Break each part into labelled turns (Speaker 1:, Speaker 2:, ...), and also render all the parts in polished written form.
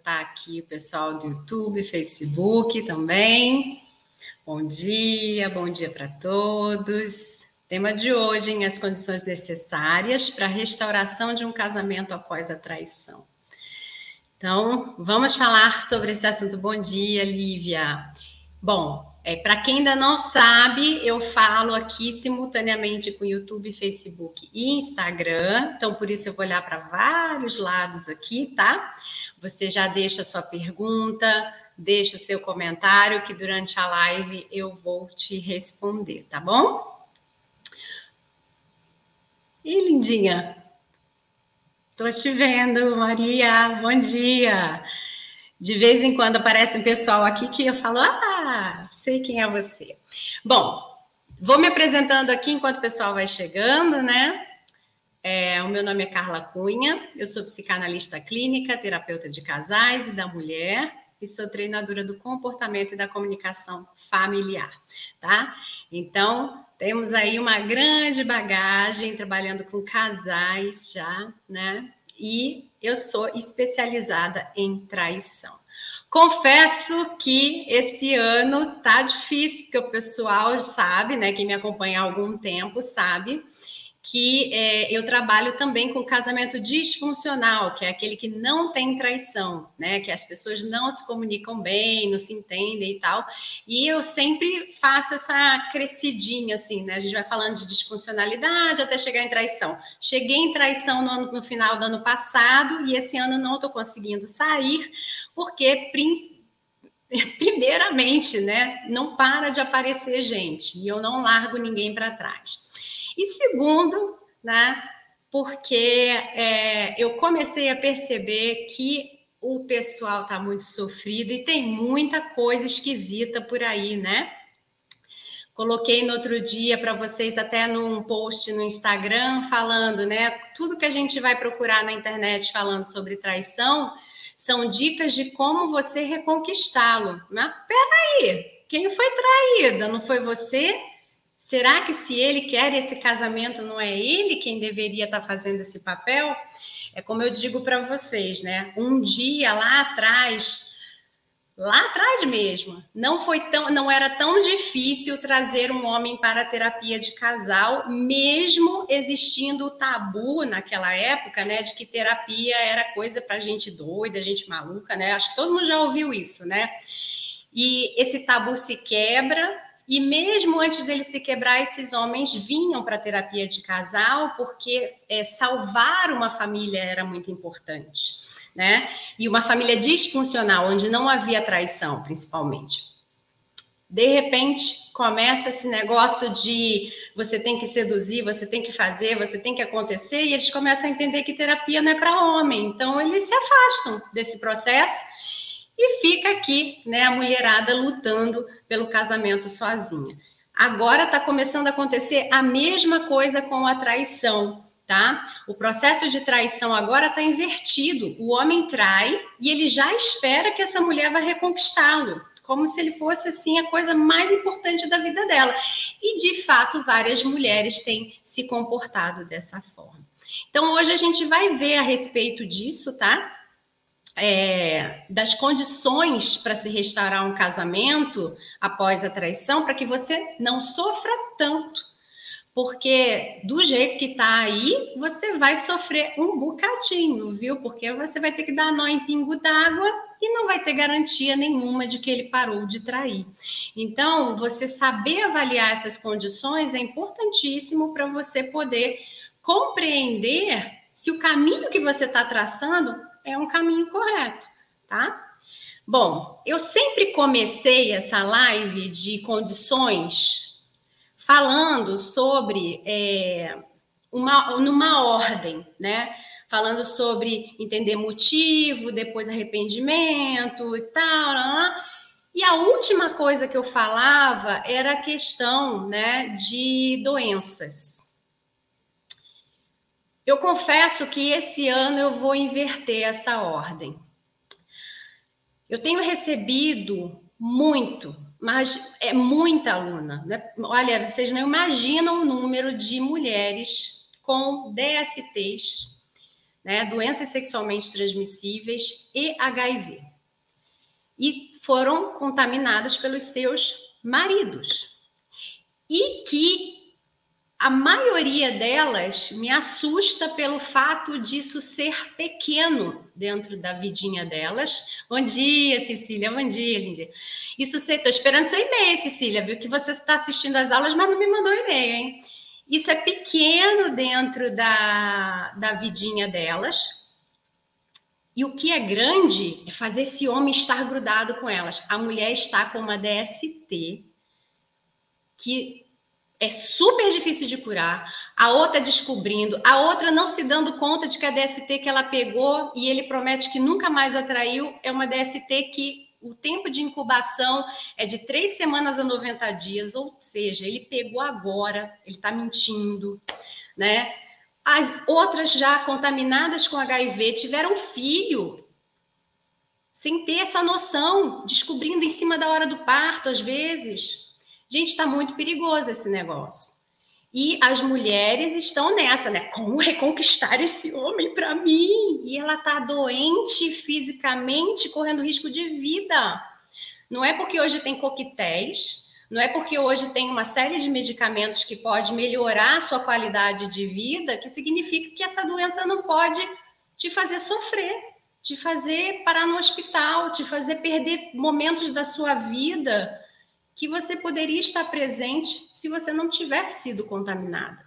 Speaker 1: cumprimentar aqui o pessoal do YouTube, Facebook também. Bom dia para todos. Tema de hoje, hein? As condições necessárias para a restauração de um casamento após a traição. Então, vamos falar sobre esse assunto. Bom dia, Lívia. Bom, para quem ainda não sabe, eu falo aqui simultaneamente com YouTube, Facebook e Instagram. Então, por isso eu vou olhar para vários lados aqui, tá? Você já deixa a sua pergunta, deixa o seu comentário, que durante a live eu vou te responder, tá bom? Ih, lindinha! Tô te vendo, Maria. Bom dia! De vez em quando aparece um pessoal aqui que eu falo, sei quem é você. Bom, vou me apresentando aqui enquanto o pessoal vai chegando, né? O meu nome é Carla Cunha, eu sou psicanalista clínica, terapeuta de casais e da mulher e sou treinadora do comportamento e da comunicação familiar, tá? Então, temos aí uma grande bagagem trabalhando com casais já, né? E eu sou especializada em traição. Confesso que esse ano tá difícil, porque o pessoal sabe, né? Quem me acompanha há algum tempo sabe que eu trabalho também com casamento disfuncional, que é aquele que não tem traição, né? Que as pessoas não se comunicam bem, não se entendem e tal. E eu sempre faço essa crescidinha, assim, né? A gente vai falando de disfuncionalidade até chegar em traição. Cheguei em traição no final do ano passado e esse ano não estou conseguindo sair, porque primeiramente, né? Não para de aparecer gente e eu não largo ninguém para trás. E segundo, né, porque eu comecei a perceber que o pessoal está muito sofrido e tem muita coisa esquisita por aí, né? Coloquei no outro dia para vocês até num post no Instagram falando, né? Tudo que a gente vai procurar na internet falando sobre traição são dicas de como você reconquistá-lo. Mas peraí, quem foi traída? Não foi você? Será que se ele quer esse casamento, não é ele quem deveria estar fazendo esse papel? É como eu digo para vocês, né? Um dia lá atrás mesmo, não era tão difícil trazer um homem para a terapia de casal, mesmo existindo o tabu naquela época, né? De que terapia era coisa para gente doida, gente maluca, né? Acho que todo mundo já ouviu isso, né? E esse tabu se quebra. E mesmo antes dele se quebrar, esses homens vinham para a terapia de casal porque salvar uma família era muito importante, né? E uma família disfuncional, onde não havia traição, principalmente. De repente, começa esse negócio de você tem que seduzir, você tem que fazer, você tem que acontecer, e eles começam a entender que terapia não é para homem. Então, eles se afastam desse processo e fica aqui, né, a mulherada lutando pelo casamento sozinha. Agora está começando a acontecer a mesma coisa com a traição, tá? O processo de traição agora está invertido. O homem trai e ele já espera que essa mulher vai reconquistá-lo, como se ele fosse, assim, a coisa mais importante da vida dela. E, de fato, várias mulheres têm se comportado dessa forma. Então, hoje a gente vai ver a respeito disso, tá? Das condições para se restaurar um casamento após a traição, para que você não sofra tanto. Porque do jeito que está aí, você vai sofrer um bocadinho, viu? Porque você vai ter que dar nó em pingo d'água e não vai ter garantia nenhuma de que ele parou de trair. Então, você saber avaliar essas condições é importantíssimo para você poder compreender se o caminho que você está traçando é um caminho correto, tá? Bom, eu sempre comecei essa live de condições falando sobre numa ordem, né? Falando sobre entender motivo, depois arrependimento e tal, né? E a última coisa que eu falava era a questão, né, de doenças. Eu confesso que esse ano eu vou inverter essa ordem. Eu tenho recebido muito, mas é muita aluna, né? Olha, vocês não imaginam o número de mulheres com DSTs, né, doenças sexualmente transmissíveis e HIV. E foram contaminadas pelos seus maridos. E que a maioria delas me assusta pelo fato disso ser pequeno dentro da vidinha delas. Bom dia, Cecília. Bom dia, Líndia. Estou esperando seu e-mail, Cecília. Viu que você está assistindo às aulas, mas não me mandou e-mail, hein? Isso é pequeno dentro da vidinha delas. E o que é grande é fazer esse homem estar grudado com elas. A mulher está com uma DST que é super difícil de curar, a outra descobrindo, a outra não se dando conta de que a DST que ela pegou e ele promete que nunca mais atraiu é uma DST que o tempo de incubação é de 3 semanas a 90 dias, ou seja, ele pegou agora, ele está mentindo, né? As outras já contaminadas com HIV tiveram filho sem ter essa noção, descobrindo em cima da hora do parto, às vezes. Gente, está muito perigoso esse negócio. E as mulheres estão nessa, né? Como reconquistar esse homem para mim? E ela está doente fisicamente, correndo risco de vida. Não é porque hoje tem coquetéis, não é porque hoje tem uma série de medicamentos que pode melhorar a sua qualidade de vida, que significa que essa doença não pode te fazer sofrer, te fazer parar no hospital, te fazer perder momentos da sua vida que você poderia estar presente se você não tivesse sido contaminada.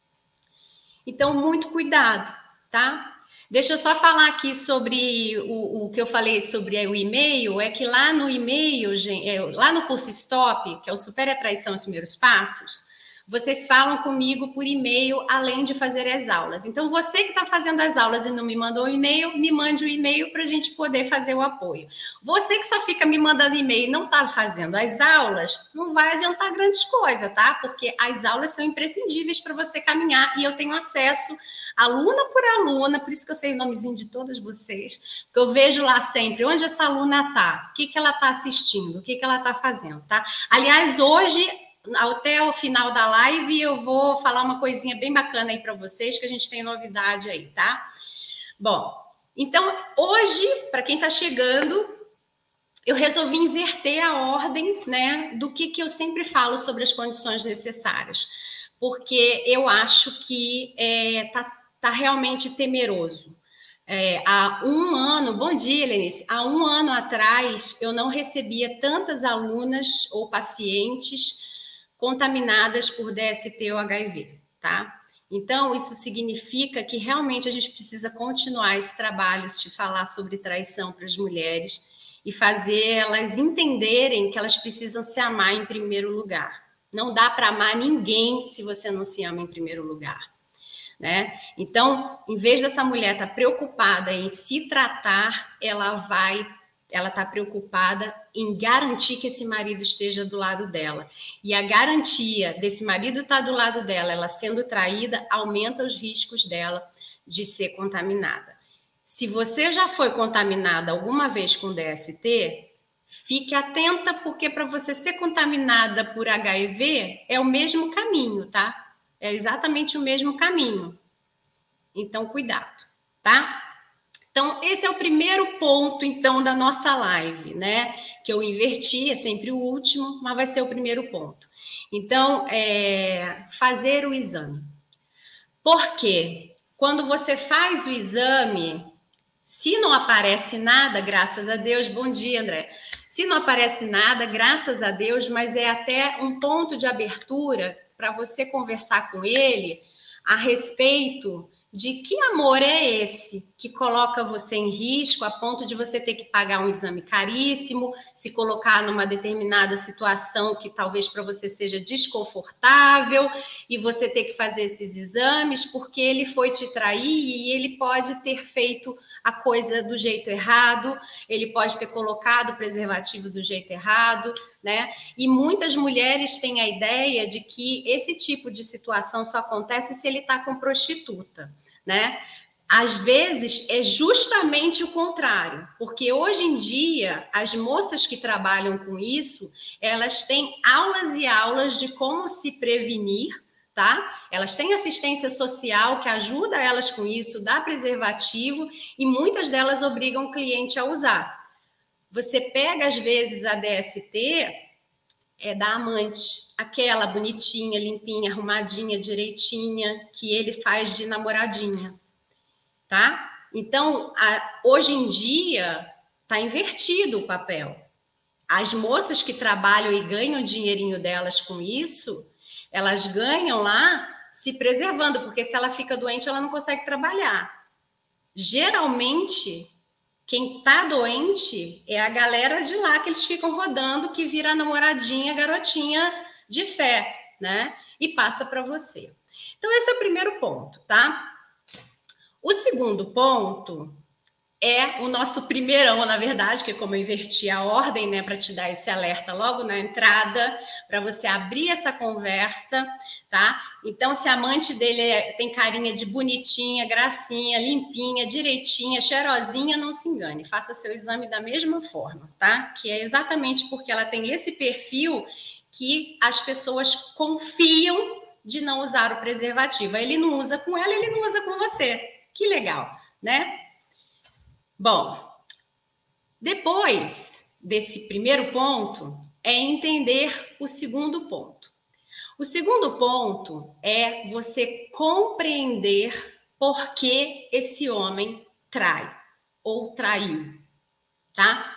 Speaker 1: Então, muito cuidado, tá? Deixa eu só falar aqui sobre o que eu falei sobre o e-mail, é que lá no e-mail, lá no curso Stop, que é o Supere a Traição, os Primeiros Passos, vocês falam comigo por e-mail, além de fazer as aulas. Então, você que está fazendo as aulas e não me mandou o e-mail, me mande o e-mail para a gente poder fazer o apoio. Você que só fica me mandando e-mail e não está fazendo as aulas, não vai adiantar grandes coisas, tá? Porque as aulas são imprescindíveis para você caminhar e eu tenho acesso aluna por aluna, por isso que eu sei o nomezinho de todas vocês, porque eu vejo lá sempre onde essa aluna está, o que ela está assistindo, o que ela está fazendo, tá? Aliás, hoje, até o final da live, eu vou falar uma coisinha bem bacana aí para vocês, que a gente tem novidade aí, tá? Bom, então, hoje, para quem está chegando, eu resolvi inverter a ordem, né, do que eu sempre falo sobre as condições necessárias, porque eu acho que tá realmente temeroso. Há um ano, bom dia, Lenice, há um ano atrás, eu não recebia tantas alunas ou pacientes contaminadas por DST ou HIV, tá? Então, isso significa que realmente a gente precisa continuar esse trabalho de falar sobre traição para as mulheres e fazer elas entenderem que elas precisam se amar em primeiro lugar. Não dá para amar ninguém se você não se ama em primeiro lugar, né? Então, em vez dessa mulher estar preocupada em se tratar, ela está preocupada em garantir que esse marido esteja do lado dela. E a garantia desse marido estar do lado dela, ela sendo traída, aumenta os riscos dela de ser contaminada. Se você já foi contaminada alguma vez com DST, fique atenta, porque para você ser contaminada por HIV é o mesmo caminho, tá? É exatamente o mesmo caminho. Então, cuidado, tá? Então, esse é o primeiro ponto, então, da nossa live, né? Que eu inverti, é sempre o último, mas vai ser o primeiro ponto. Então, fazer o exame. Por quê? Quando você faz o exame, se não aparece nada, graças a Deus, bom dia, André. Se não aparece nada, graças a Deus, mas é até um ponto de abertura para você conversar com ele a respeito de que amor é esse que coloca você em risco a ponto de você ter que pagar um exame caríssimo, se colocar numa determinada situação que talvez para você seja desconfortável e você ter que fazer esses exames porque ele foi te trair e ele pode ter feito a coisa do jeito errado, ele pode ter colocado o preservativo do jeito errado, né? E muitas mulheres têm a ideia de que esse tipo de situação só acontece se ele está com prostituta, né? Às vezes é justamente o contrário, porque hoje em dia as moças que trabalham com isso, elas têm aulas e aulas de como se prevenir, tá? Elas têm assistência social que ajuda elas com isso, dá preservativo e muitas delas obrigam o cliente a usar. Você pega, às vezes, a DST da amante, aquela bonitinha, limpinha, arrumadinha, direitinha, que ele faz de namoradinha, tá? Então, hoje em dia, tá invertido o papel. As moças que trabalham e ganham o dinheirinho delas com isso, elas ganham lá se preservando, porque se ela fica doente, ela não consegue trabalhar. Geralmente, quem tá doente é a galera de lá que eles ficam rodando, que vira a namoradinha, garotinha de fé, né? E passa para você. Então, esse é o primeiro ponto, tá? O segundo ponto é o nosso primeirão, na verdade, que é como eu inverti a ordem, né, para te dar esse alerta logo na entrada, para você abrir essa conversa, tá? Então, se a amante dele tem carinha de bonitinha, gracinha, limpinha, direitinha, cheirosinha, não se engane, faça seu exame da mesma forma, tá? Que é exatamente porque ela tem esse perfil que as pessoas confiam de não usar o preservativo. Ele não usa com ela, ele não usa com você. Que legal, né? Bom, depois desse primeiro ponto, é entender o segundo ponto. O segundo ponto é você compreender por que esse homem trai ou traiu, tá?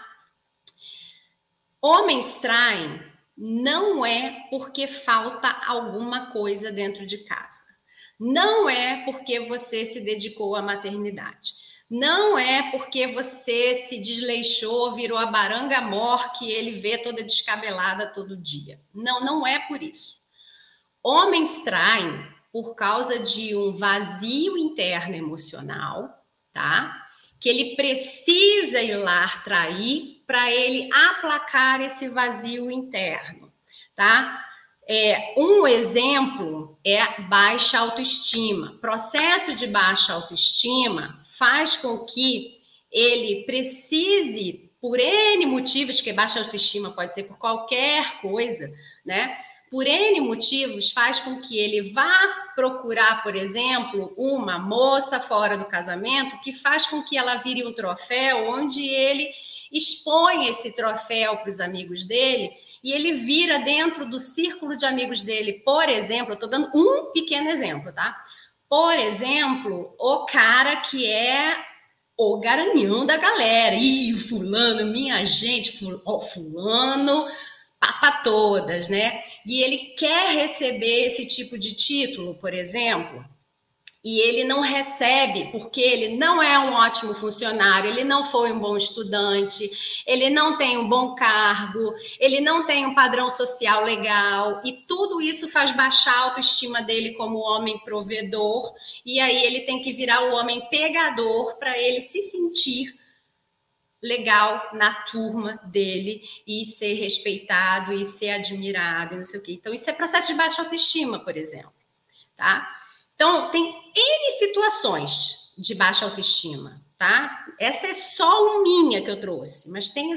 Speaker 1: Homens traem não é porque falta alguma coisa dentro de casa. Não é porque você se dedicou à maternidade. Não é porque você se desleixou, virou a baranga-mor que ele vê toda descabelada todo dia. Não, não é por isso. Homens traem por causa de um vazio interno emocional, tá? Que ele precisa ir lá trair para ele aplacar esse vazio interno, tá? Um exemplo é baixa autoestima. Processo de baixa autoestima faz com que ele precise, por N motivos, porque baixa autoestima pode ser por qualquer coisa, né? Por N motivos, faz com que ele vá procurar, por exemplo, uma moça fora do casamento, que faz com que ela vire um troféu, onde ele expõe esse troféu para os amigos dele, e ele vira dentro do círculo de amigos dele, por exemplo, eu estou dando um pequeno exemplo, tá? Por exemplo, o cara que é o garanhão da galera. Ih, fulano, minha gente, fulano, papa todas, né? E ele quer receber esse tipo de título, por exemplo, e ele não recebe porque ele não é um ótimo funcionário, ele não foi um bom estudante, ele não tem um bom cargo, ele não tem um padrão social legal, e tudo isso faz baixar a autoestima dele como homem provedor, e aí ele tem que virar o homem pegador para ele se sentir legal na turma dele e ser respeitado e ser admirado e não sei o quê. Então, isso é processo de baixa autoestima, por exemplo, tá? Então, tem N situações de baixa autoestima, tá? Essa é só uma que eu trouxe, mas tem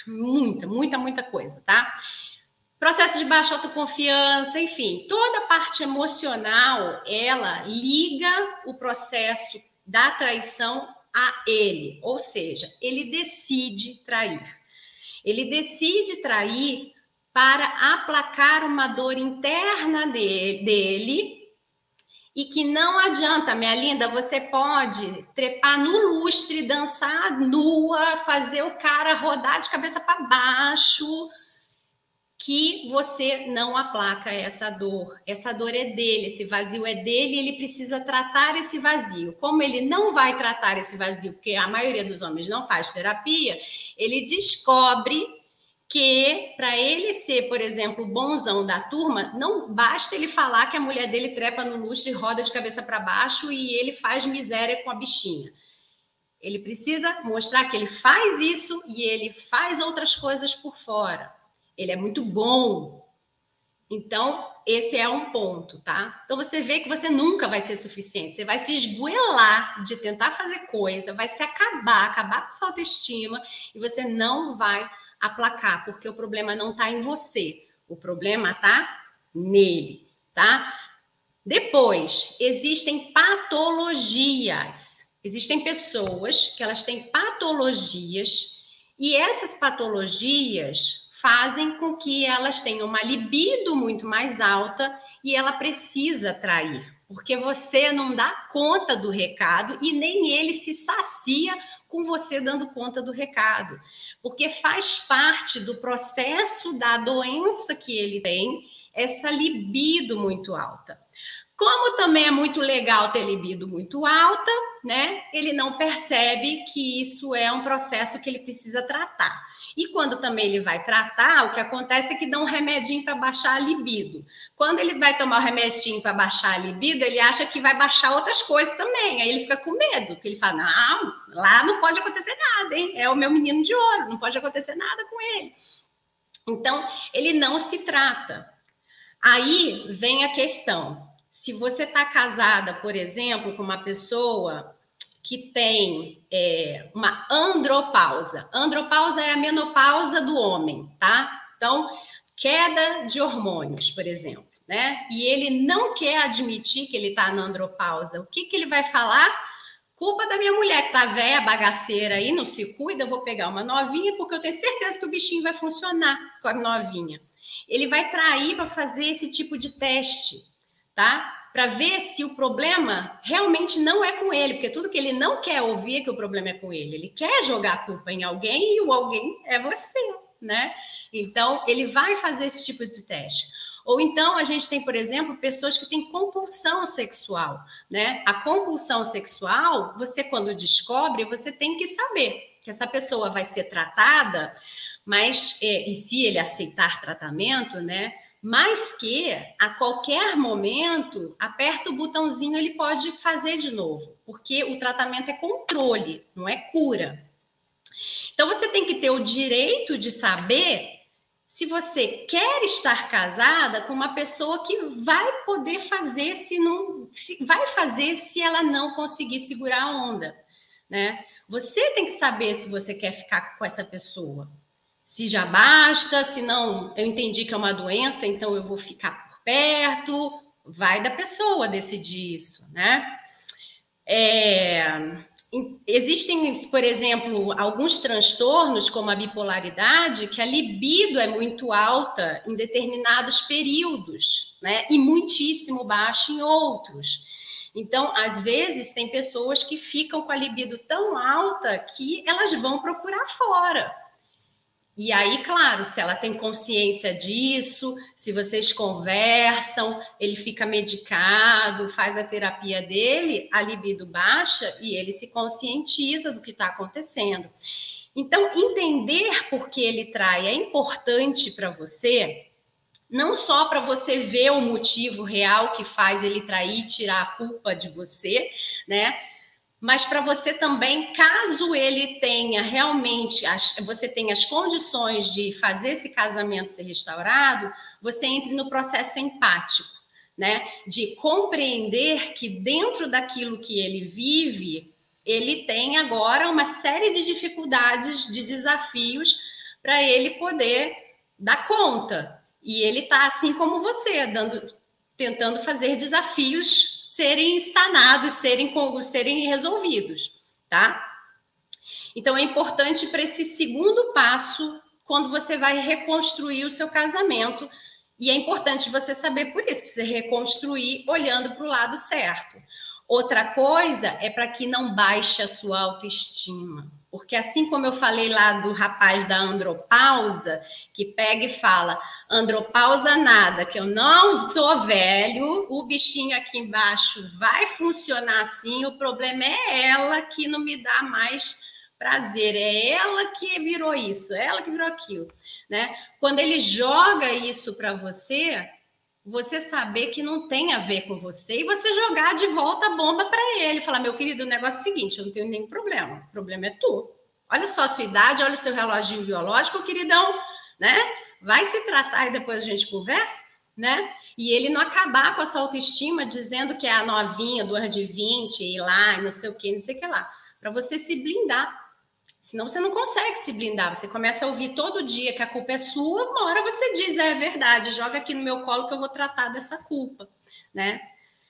Speaker 1: muita coisa, tá? Processo de baixa autoconfiança, enfim, toda a parte emocional, ela liga o processo da traição a ele, ou seja, ele decide trair. Ele decide trair para aplacar uma dor interna dele e que não adianta, minha linda, você pode trepar no lustre, dançar nua, fazer o cara rodar de cabeça para baixo, que você não aplaca essa dor. Essa dor é dele, esse vazio é dele, e ele precisa tratar esse vazio. Como ele não vai tratar esse vazio, porque a maioria dos homens não faz terapia, ele descobre que para ele ser, por exemplo, o bonzão da turma, não basta ele falar que a mulher dele trepa no lustre e roda de cabeça para baixo e ele faz miséria com a bichinha. Ele precisa mostrar que ele faz isso e ele faz outras coisas por fora. Ele é muito bom. Então, esse é um ponto, tá? Então, você vê que você nunca vai ser suficiente. Você vai se esgoelar de tentar fazer coisa, vai se acabar com sua autoestima e você não vai aplacar, porque o problema não está em você. O problema está nele, tá? Depois, existem patologias. Existem pessoas que elas têm patologias e essas patologias fazem com que elas tenham uma libido muito mais alta e ela precisa atrair, porque você não dá conta do recado e nem ele se sacia com você dando conta do recado, porque faz parte do processo da doença que ele tem, essa libido muito alta. Como também é muito legal ter libido muito alta, né? Ele não percebe que isso é um processo que ele precisa tratar. E quando também ele vai tratar, o que acontece é que dá um remedinho para baixar a libido. Quando ele vai tomar o remedinho para baixar a libido, ele acha que vai baixar outras coisas também. Aí ele fica com medo, porque ele fala: não, lá não pode acontecer nada, hein? É o meu menino de ouro, não pode acontecer nada com ele. Então, ele não se trata. Aí vem a questão. Se você está casada, por exemplo, com uma pessoa que tem uma andropausa. Andropausa é a menopausa do homem, tá? Então, queda de hormônios, por exemplo, né? E ele não quer admitir que ele está na andropausa. O que ele vai falar? Culpa da minha mulher que tá velha, bagaceira aí, não se cuida, eu vou pegar uma novinha, porque eu tenho certeza que o bichinho vai funcionar com a novinha. Ele vai trair para fazer esse tipo de teste, tá? Para ver se o problema realmente não é com ele, porque tudo que ele não quer ouvir é que o problema é com ele. Ele quer jogar a culpa em alguém e o alguém é você, né? Então, ele vai fazer esse tipo de teste. Ou então, a gente tem, por exemplo, pessoas que têm compulsão sexual, né? A compulsão sexual, você quando descobre, você tem que saber que essa pessoa vai ser tratada, mas, e se ele aceitar tratamento, né? Mas que a qualquer momento, aperta o botãozinho, ele pode fazer de novo, porque o tratamento é controle, não é cura. Então você tem que ter o direito de saber se você quer estar casada com uma pessoa que vai poder fazer vai fazer se ela não conseguir segurar a onda, né? Você tem que saber se você quer ficar com essa pessoa. Se já basta, se não, eu entendi que é uma doença, então eu vou ficar por perto. Vai da pessoa decidir isso, né? Existem, por exemplo, alguns transtornos, como a bipolaridade, que a libido é muito alta em determinados períodos, né? E muitíssimo baixa em outros. Então, às vezes, tem pessoas que ficam com a libido tão alta que elas vão procurar fora. E aí, claro, se ela tem consciência disso, se vocês conversam, ele fica medicado, faz a terapia dele, a libido baixa e ele se conscientiza do que está acontecendo. Então, entender por que ele trai é importante para você, não só para você ver o motivo real que faz ele trair, tirar a culpa de você, né? Mas para você também, caso ele tenha realmente, você tenha as condições de fazer esse casamento ser restaurado, você entre no processo empático, né? De compreender que dentro daquilo que ele vive, ele tem agora uma série de dificuldades, de desafios para ele poder dar conta. E ele está assim como você, tentando fazer desafios serem sanados, serem resolvidos, tá? Então, é importante para esse segundo passo, quando você vai reconstruir o seu casamento, e é importante você saber por isso, para você reconstruir olhando para o lado certo. Outra coisa é para que não baixe a sua autoestima. Porque assim como eu falei lá do rapaz da andropausa, que pega e fala, andropausa nada, que eu não sou velho, o bichinho aqui embaixo vai funcionar assim, o problema é ela que não me dá mais prazer, é ela que virou isso, é ela que virou aquilo, né? Quando ele joga isso para você saber que não tem a ver com você e você jogar de volta a bomba para ele. Falar, meu querido, o negócio é o seguinte, eu não tenho nenhum problema. O problema é tu. Olha só a sua idade, olha o seu reloginho biológico, queridão, né? Vai se tratar e depois a gente conversa, né? E ele não acabar com a sua autoestima dizendo que é a novinha, 2 de 20, e lá, não sei o que, não sei o que lá. Para você se blindar. Senão você não consegue se blindar, você começa a ouvir todo dia que a culpa é sua, uma hora você diz, é verdade, joga aqui no meu colo que eu vou tratar dessa culpa, né?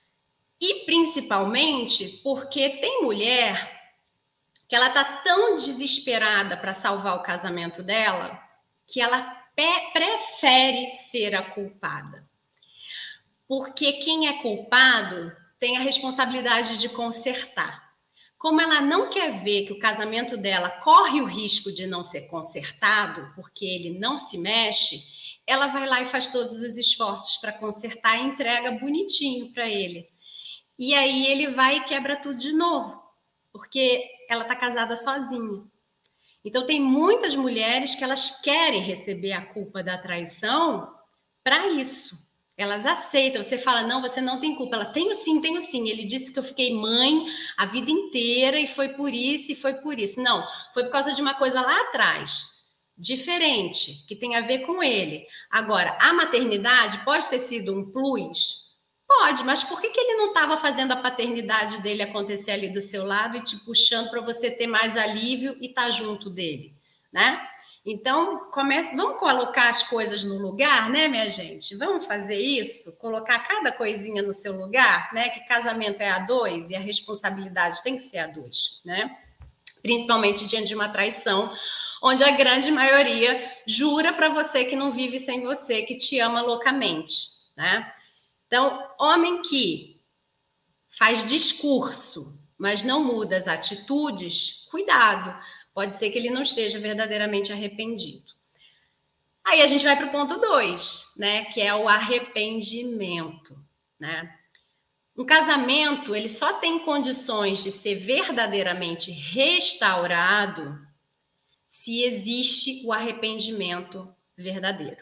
Speaker 1: E principalmente porque tem mulher que ela tá tão desesperada para salvar o casamento dela que ela prefere ser a culpada. Porque quem é culpado tem a responsabilidade de consertar. Como ela não quer ver que o casamento dela corre o risco de não ser consertado, porque ele não se mexe, ela vai lá e faz todos os esforços para consertar e entrega bonitinho para ele. E aí ele vai e quebra tudo de novo, porque ela está casada sozinha. Então tem muitas mulheres que elas querem receber a culpa da traição para isso. Elas aceitam. Você fala, não, você não tem culpa. Ela, tenho sim, tenho sim. Ele disse que eu fiquei mãe a vida inteira e foi por isso, e foi por isso. Não, foi por causa de uma coisa lá atrás, diferente, que tem a ver com ele. Agora, a maternidade pode ter sido um plus? Pode, mas por que ele não estava fazendo a paternidade dele acontecer ali do seu lado e te puxando para você ter mais alívio e estar junto dele, né? Então, vamos colocar as coisas no lugar, né, minha gente? Vamos fazer isso? Colocar cada coisinha no seu lugar, né? Que casamento é a dois e a responsabilidade tem que ser a dois, né? Principalmente diante de uma traição, onde a grande maioria jura para você que não vive sem você, que te ama loucamente, né? Então, homem que faz discurso, mas não muda as atitudes, cuidado, pode ser que ele não esteja verdadeiramente arrependido. Aí a gente vai para o ponto 2, né, que é o arrependimento, né? Um casamento, ele só tem condições de ser verdadeiramente restaurado se existe o arrependimento verdadeiro.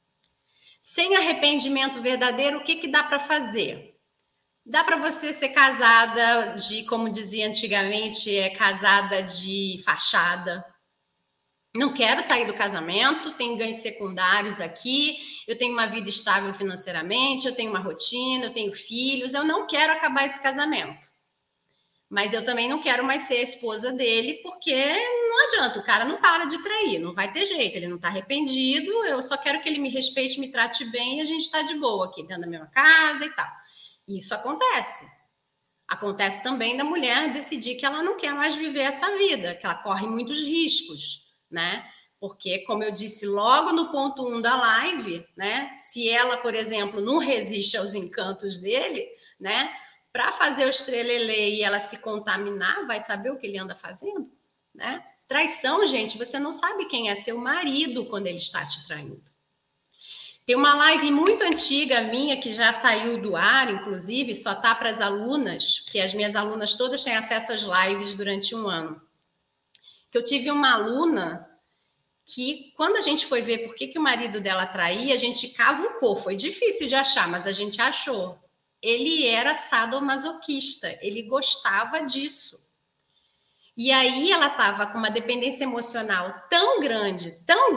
Speaker 1: Sem arrependimento verdadeiro, o que dá para fazer? Dá para você ser casada de, como dizia antigamente, casada de fachada. Não quero sair do casamento, tenho ganhos secundários aqui, eu tenho uma vida estável financeiramente, eu tenho uma rotina, eu tenho filhos, eu não quero acabar esse casamento. Mas eu também não quero mais ser a esposa dele, porque não adianta, o cara não para de trair, não vai ter jeito, ele não está arrependido, eu só quero que ele me respeite, me trate bem e a gente está de boa aqui dentro da mesma casa e tal. Isso acontece. Acontece também da mulher decidir que ela não quer mais viver essa vida, que ela corre muitos riscos, né? Porque, como eu disse logo no ponto 1 da live, né? Se ela, por exemplo, não resiste aos encantos dele, né? Para fazer o estrelelê e ela se contaminar, vai saber o que ele anda fazendo, né? Traição, gente, você não sabe quem é seu marido quando ele está te traindo. Tem uma live muito antiga minha, que já saiu do ar, inclusive, só tá para as alunas, porque as minhas alunas todas têm acesso às lives durante um ano. Que eu tive uma aluna que, quando a gente foi ver por que o marido dela traía, a gente cavucou. Foi difícil de achar, mas a gente achou. Ele era sadomasoquista, ele gostava disso. E aí ela estava com uma dependência emocional tão grande,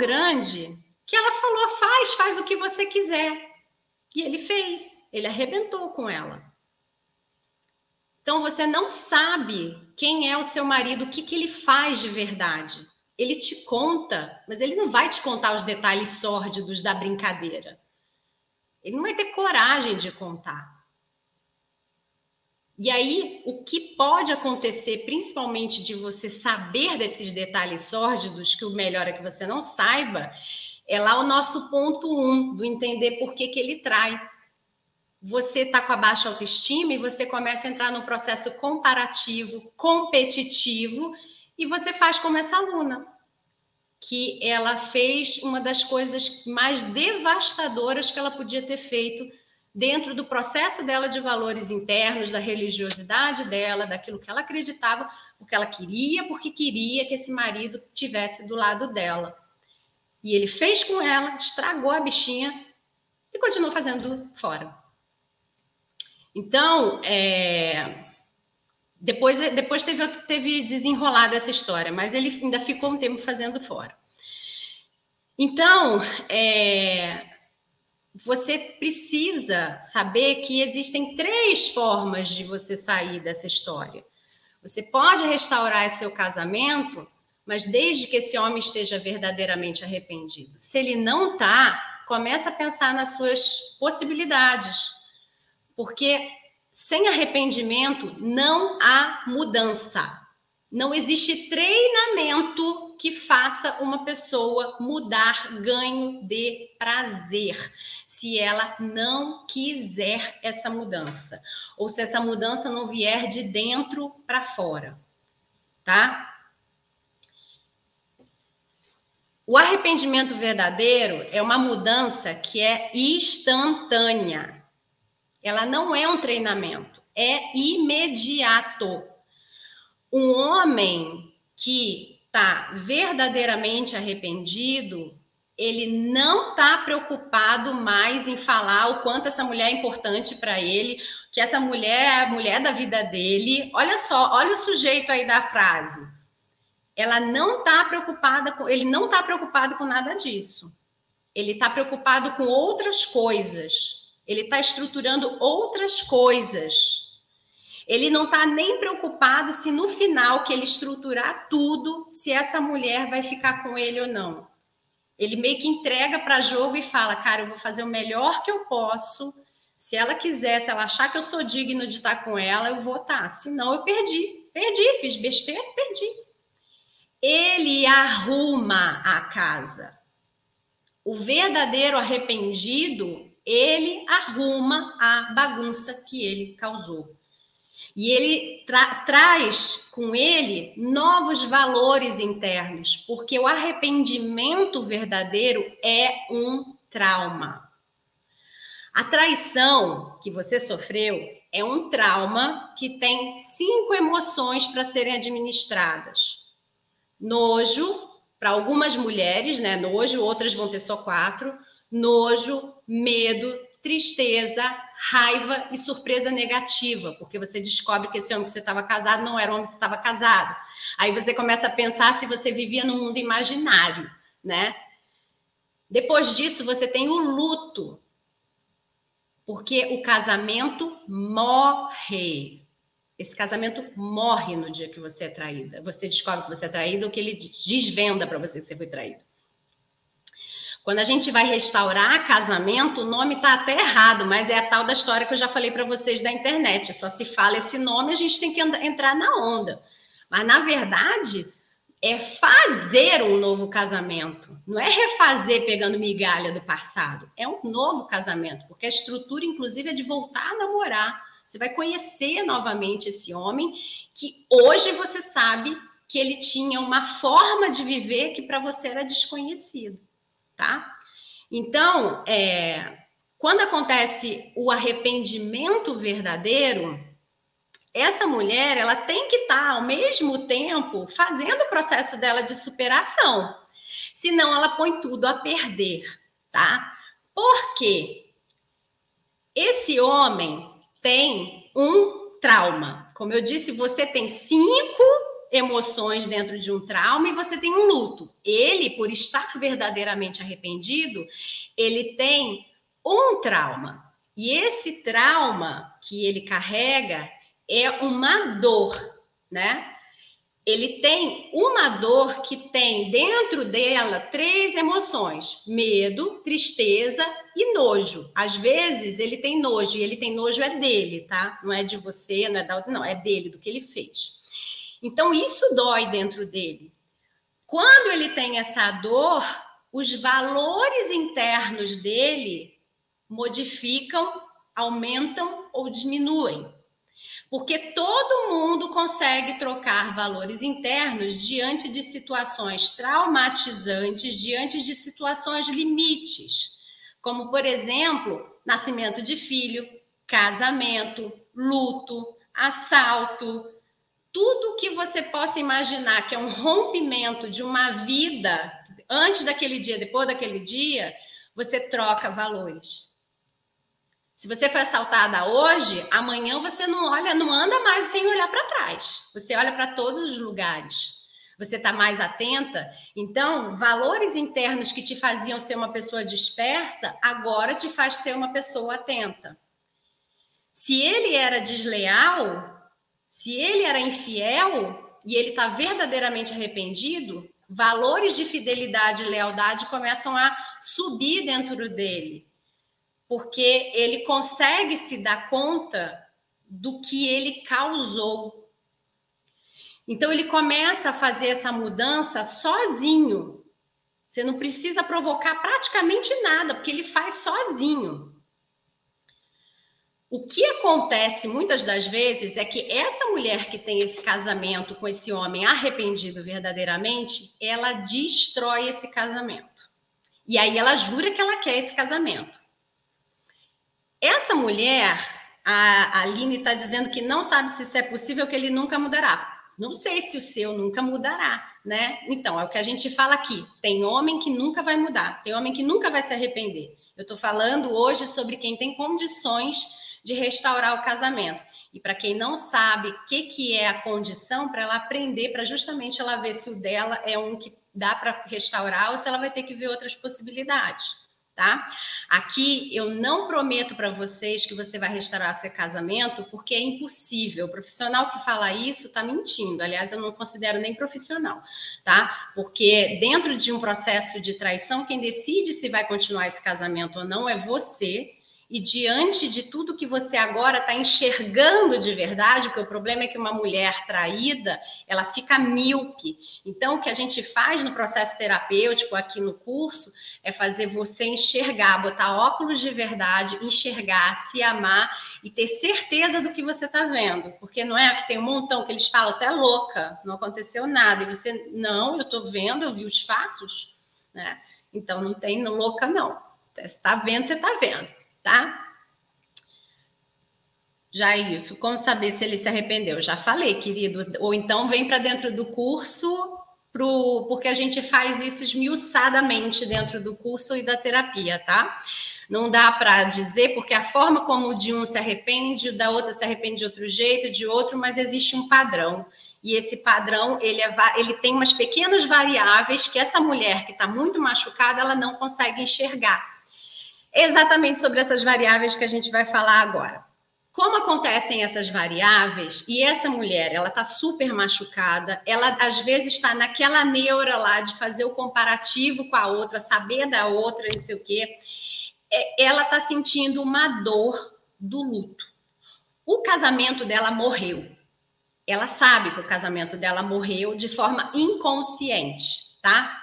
Speaker 1: que ela falou, faz o que você quiser. E ele fez, ele arrebentou com ela. Então você não sabe quem é o seu marido, o que ele faz de verdade. Ele te conta, mas ele não vai te contar os detalhes sórdidos da brincadeira. Ele não vai ter coragem de contar. E aí, o que pode acontecer, principalmente de você saber desses detalhes sórdidos, que o melhor é que você não saiba, é lá o nosso ponto 1, do entender por que ele trai. Você está com a baixa autoestima e você começa a entrar no processo comparativo, competitivo, e você faz como essa aluna, que ela fez uma das coisas mais devastadoras que ela podia ter feito dentro do processo dela de valores internos, da religiosidade dela, daquilo que ela acreditava, porque ela queria, porque queria que esse marido tivesse do lado dela. E ele fez com ela, estragou a bichinha e continuou fazendo fora. Então, depois teve desenrolado essa história, mas ele ainda ficou um tempo fazendo fora. Então, você precisa saber que existem 3 formas de você sair dessa história. Você pode restaurar seu casamento, mas desde que esse homem esteja verdadeiramente arrependido. Se ele não está, começa a pensar nas suas possibilidades. Porque Sem arrependimento não há mudança. Não existe treinamento que faça uma pessoa mudar ganho de prazer, se ela não quiser essa mudança, ou se essa mudança não vier de dentro para fora, tá? O arrependimento verdadeiro é uma mudança que é instantânea. Ela não é um treinamento, é imediato. Um homem que está verdadeiramente arrependido, ele não está preocupado mais em falar o quanto essa mulher é importante para ele, que essa mulher é a mulher da vida dele. Olha só, olha o sujeito aí da frase. Ela não está preocupada com, ele não está preocupado com nada disso. Ele está preocupado com outras coisas. Ele está estruturando outras coisas. Ele não está nem preocupado se no final que ele estruturar tudo, se essa mulher vai ficar com ele ou não. Ele meio que entrega para jogo e fala, cara, eu vou fazer o melhor que eu posso. Se ela quiser, se ela achar que eu sou digno de estar com ela, eu vou estar. Senão eu perdi, fiz besteira, perdi. Ele arruma a casa. O verdadeiro arrependido, ele arruma a bagunça que ele causou. E ele traz com ele novos valores internos, porque o arrependimento verdadeiro é um trauma. A traição que você sofreu é um trauma que tem 5 emoções para serem administradas. Nojo, para algumas mulheres, né? Nojo, outras vão ter só 4. Nojo, medo, tristeza, raiva e surpresa negativa, porque você descobre que esse homem que você estava casado não era o homem que você estava casado. Aí você começa a pensar se você vivia num mundo imaginário, né? Depois disso, você tem o luto, porque o casamento morre. Esse casamento morre no dia que você é traída. Você descobre que você é traída ou que ele desvenda para você que você foi traída. Quando a gente vai restaurar casamento, o nome está até errado, mas é a tal da história que eu já falei para vocês da internet. Só se fala esse nome, a gente tem que entrar na onda. Mas, na verdade, é fazer um novo casamento. Não é refazer pegando migalha do passado. É um novo casamento, porque a estrutura, inclusive, é de voltar a namorar. Você vai conhecer novamente esse homem que hoje você sabe que ele tinha uma forma de viver que para você era desconhecido. Tá? Então, quando acontece o arrependimento verdadeiro, essa mulher ela tem que estar ao mesmo tempo fazendo o processo dela de superação, senão ela põe tudo a perder, tá? Porque esse homem tem um trauma. Como eu disse, você tem 5 emoções dentro de um trauma e você tem um luto. Ele, por estar verdadeiramente arrependido, ele tem um trauma. E esse trauma que ele carrega é uma dor, né? Ele tem uma dor que tem dentro dela 3 emoções: medo, tristeza e nojo. Às vezes ele tem nojo, e ele tem nojo é dele, tá? Não é de você, não é da outra, não, é dele, do que ele fez. Então, isso dói dentro dele. Quando ele tem essa dor, os valores internos dele modificam, aumentam ou diminuem. Porque todo mundo consegue trocar valores internos diante de situações traumatizantes, diante de situações limites. Como, por exemplo, nascimento de filho, casamento, luto, assalto, tudo que você possa imaginar que é um rompimento de uma vida antes daquele dia, depois daquele dia, você troca valores. Se você foi assaltada hoje, amanhã você não anda mais sem olhar para trás. Você olha para todos os lugares. Você está mais atenta. Então, valores internos que te faziam ser uma pessoa dispersa, agora te faz ser uma pessoa atenta. Se ele era desleal, se ele era infiel e ele está verdadeiramente arrependido, valores de fidelidade e lealdade começam a subir dentro dele, porque ele consegue se dar conta do que ele causou. Então, ele começa a fazer essa mudança sozinho. Você não precisa provocar praticamente nada, porque ele faz sozinho. O que acontece muitas das vezes é que essa mulher que tem esse casamento com esse homem arrependido verdadeiramente, ela destrói esse casamento. E aí ela jura que ela quer esse casamento. Essa mulher, a Aline está dizendo que não sabe se isso é possível, que ele nunca mudará. Não sei se o seu nunca mudará, né? Então, é o que a gente fala aqui. Tem homem que nunca vai mudar, tem homem que nunca vai se arrepender. Eu estou falando hoje sobre quem tem condições de restaurar o casamento. E para quem não sabe o que é a condição, para ela aprender, para justamente ela ver se o dela é um que dá para restaurar ou se ela vai ter que ver outras possibilidades. Tá? Aqui eu não prometo para vocês que você vai restaurar seu casamento, porque é impossível. O profissional que fala isso está mentindo. Aliás, eu não considero nem profissional, tá? Porque dentro de um processo de traição, quem decide se vai continuar esse casamento ou não é você. E diante de tudo que você agora está enxergando de verdade, porque o problema é que uma mulher traída, ela fica míope. Então, o que a gente faz no processo terapêutico aqui no curso é fazer você enxergar, botar óculos de verdade, enxergar, se amar e ter certeza do que você está vendo. Porque não é que tem um montão que eles falam, tu é louca, não aconteceu nada. E você, não, eu estou vendo, eu vi os fatos, né? Então, não tem louca, não. Você está vendo, você está vendo. Tá? Já é isso. Como saber se ele se arrependeu? Já falei, querido. Ou então vem para dentro do curso, porque a gente faz isso esmiuçadamente dentro do curso e da terapia, tá? Não dá para dizer, porque a forma como de um se arrepende, da outra se arrepende de outro jeito, de outro, mas existe um padrão. E esse padrão, ele tem umas pequenas variáveis que essa mulher que está muito machucada, ela não consegue enxergar. Exatamente sobre essas variáveis que a gente vai falar agora. Como acontecem essas variáveis, e essa mulher, ela está super machucada, ela às vezes está naquela neura lá de fazer o comparativo com a outra, saber da outra, não sei o quê, ela está sentindo uma dor do luto. O casamento dela morreu. Ela sabe que o casamento dela morreu de forma inconsciente, tá?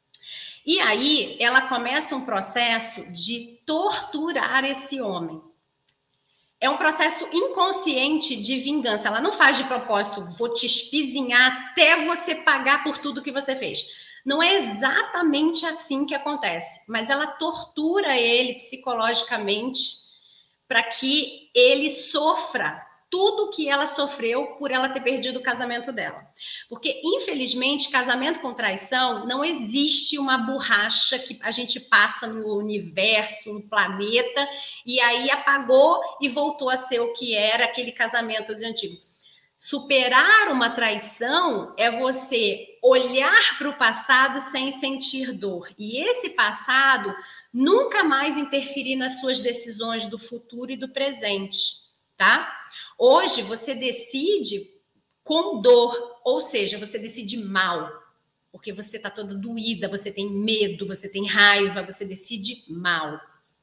Speaker 1: E aí, ela começa um processo de torturar esse homem. É um processo inconsciente de vingança. Ela não faz de propósito, vou te espizinhar até você pagar por tudo que você fez. Não é exatamente assim que acontece, mas ela tortura ele psicologicamente para que ele sofra tudo que ela sofreu por ela ter perdido o casamento dela. Porque, infelizmente, casamento com traição, não existe uma borracha que a gente passa no universo, no planeta, e aí apagou e voltou a ser o que era aquele casamento de antigo. Superar uma traição é você olhar para o passado sem sentir dor. E esse passado nunca mais interferir nas suas decisões do futuro e do presente, tá? Hoje você decide com dor, ou seja, você decide mal, porque você está toda doída, você tem medo, você tem raiva, você decide mal.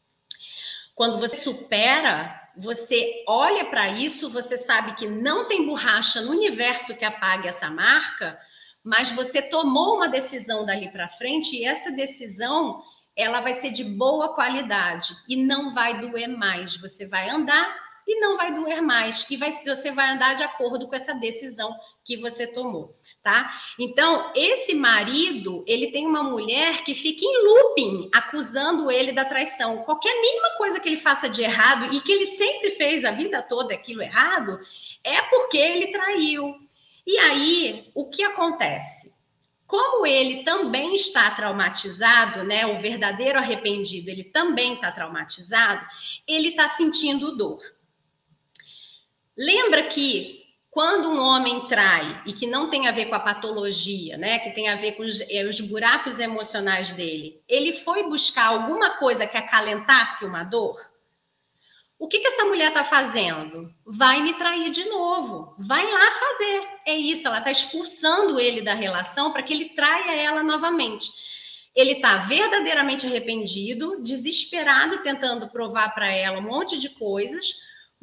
Speaker 1: Quando você supera, você olha para isso, você sabe que não tem borracha no universo que apague essa marca, mas você tomou uma decisão dali para frente e essa decisão ela vai ser de boa qualidade e não vai doer mais. Você vai andar e não vai doer mais. E você vai andar de acordo com essa decisão que você tomou, tá? Então, esse marido, ele tem uma mulher que fica em looping, acusando ele da traição. Qualquer mínima coisa que ele faça de errado, e que ele sempre fez a vida toda aquilo errado, é porque ele traiu. E aí, o que acontece? Como ele também está traumatizado, né? O verdadeiro arrependido, ele também está traumatizado, ele está sentindo dor. Lembra que quando um homem trai e que não tem a ver com a patologia, né, que tem a ver com os buracos emocionais dele, ele foi buscar alguma coisa que acalentasse uma dor? O que essa mulher está fazendo? Vai me trair de novo. Vai lá fazer. É isso, ela está expulsando ele da relação para que ele traia ela novamente. Ele está verdadeiramente arrependido, desesperado, tentando provar para ela um monte de coisas,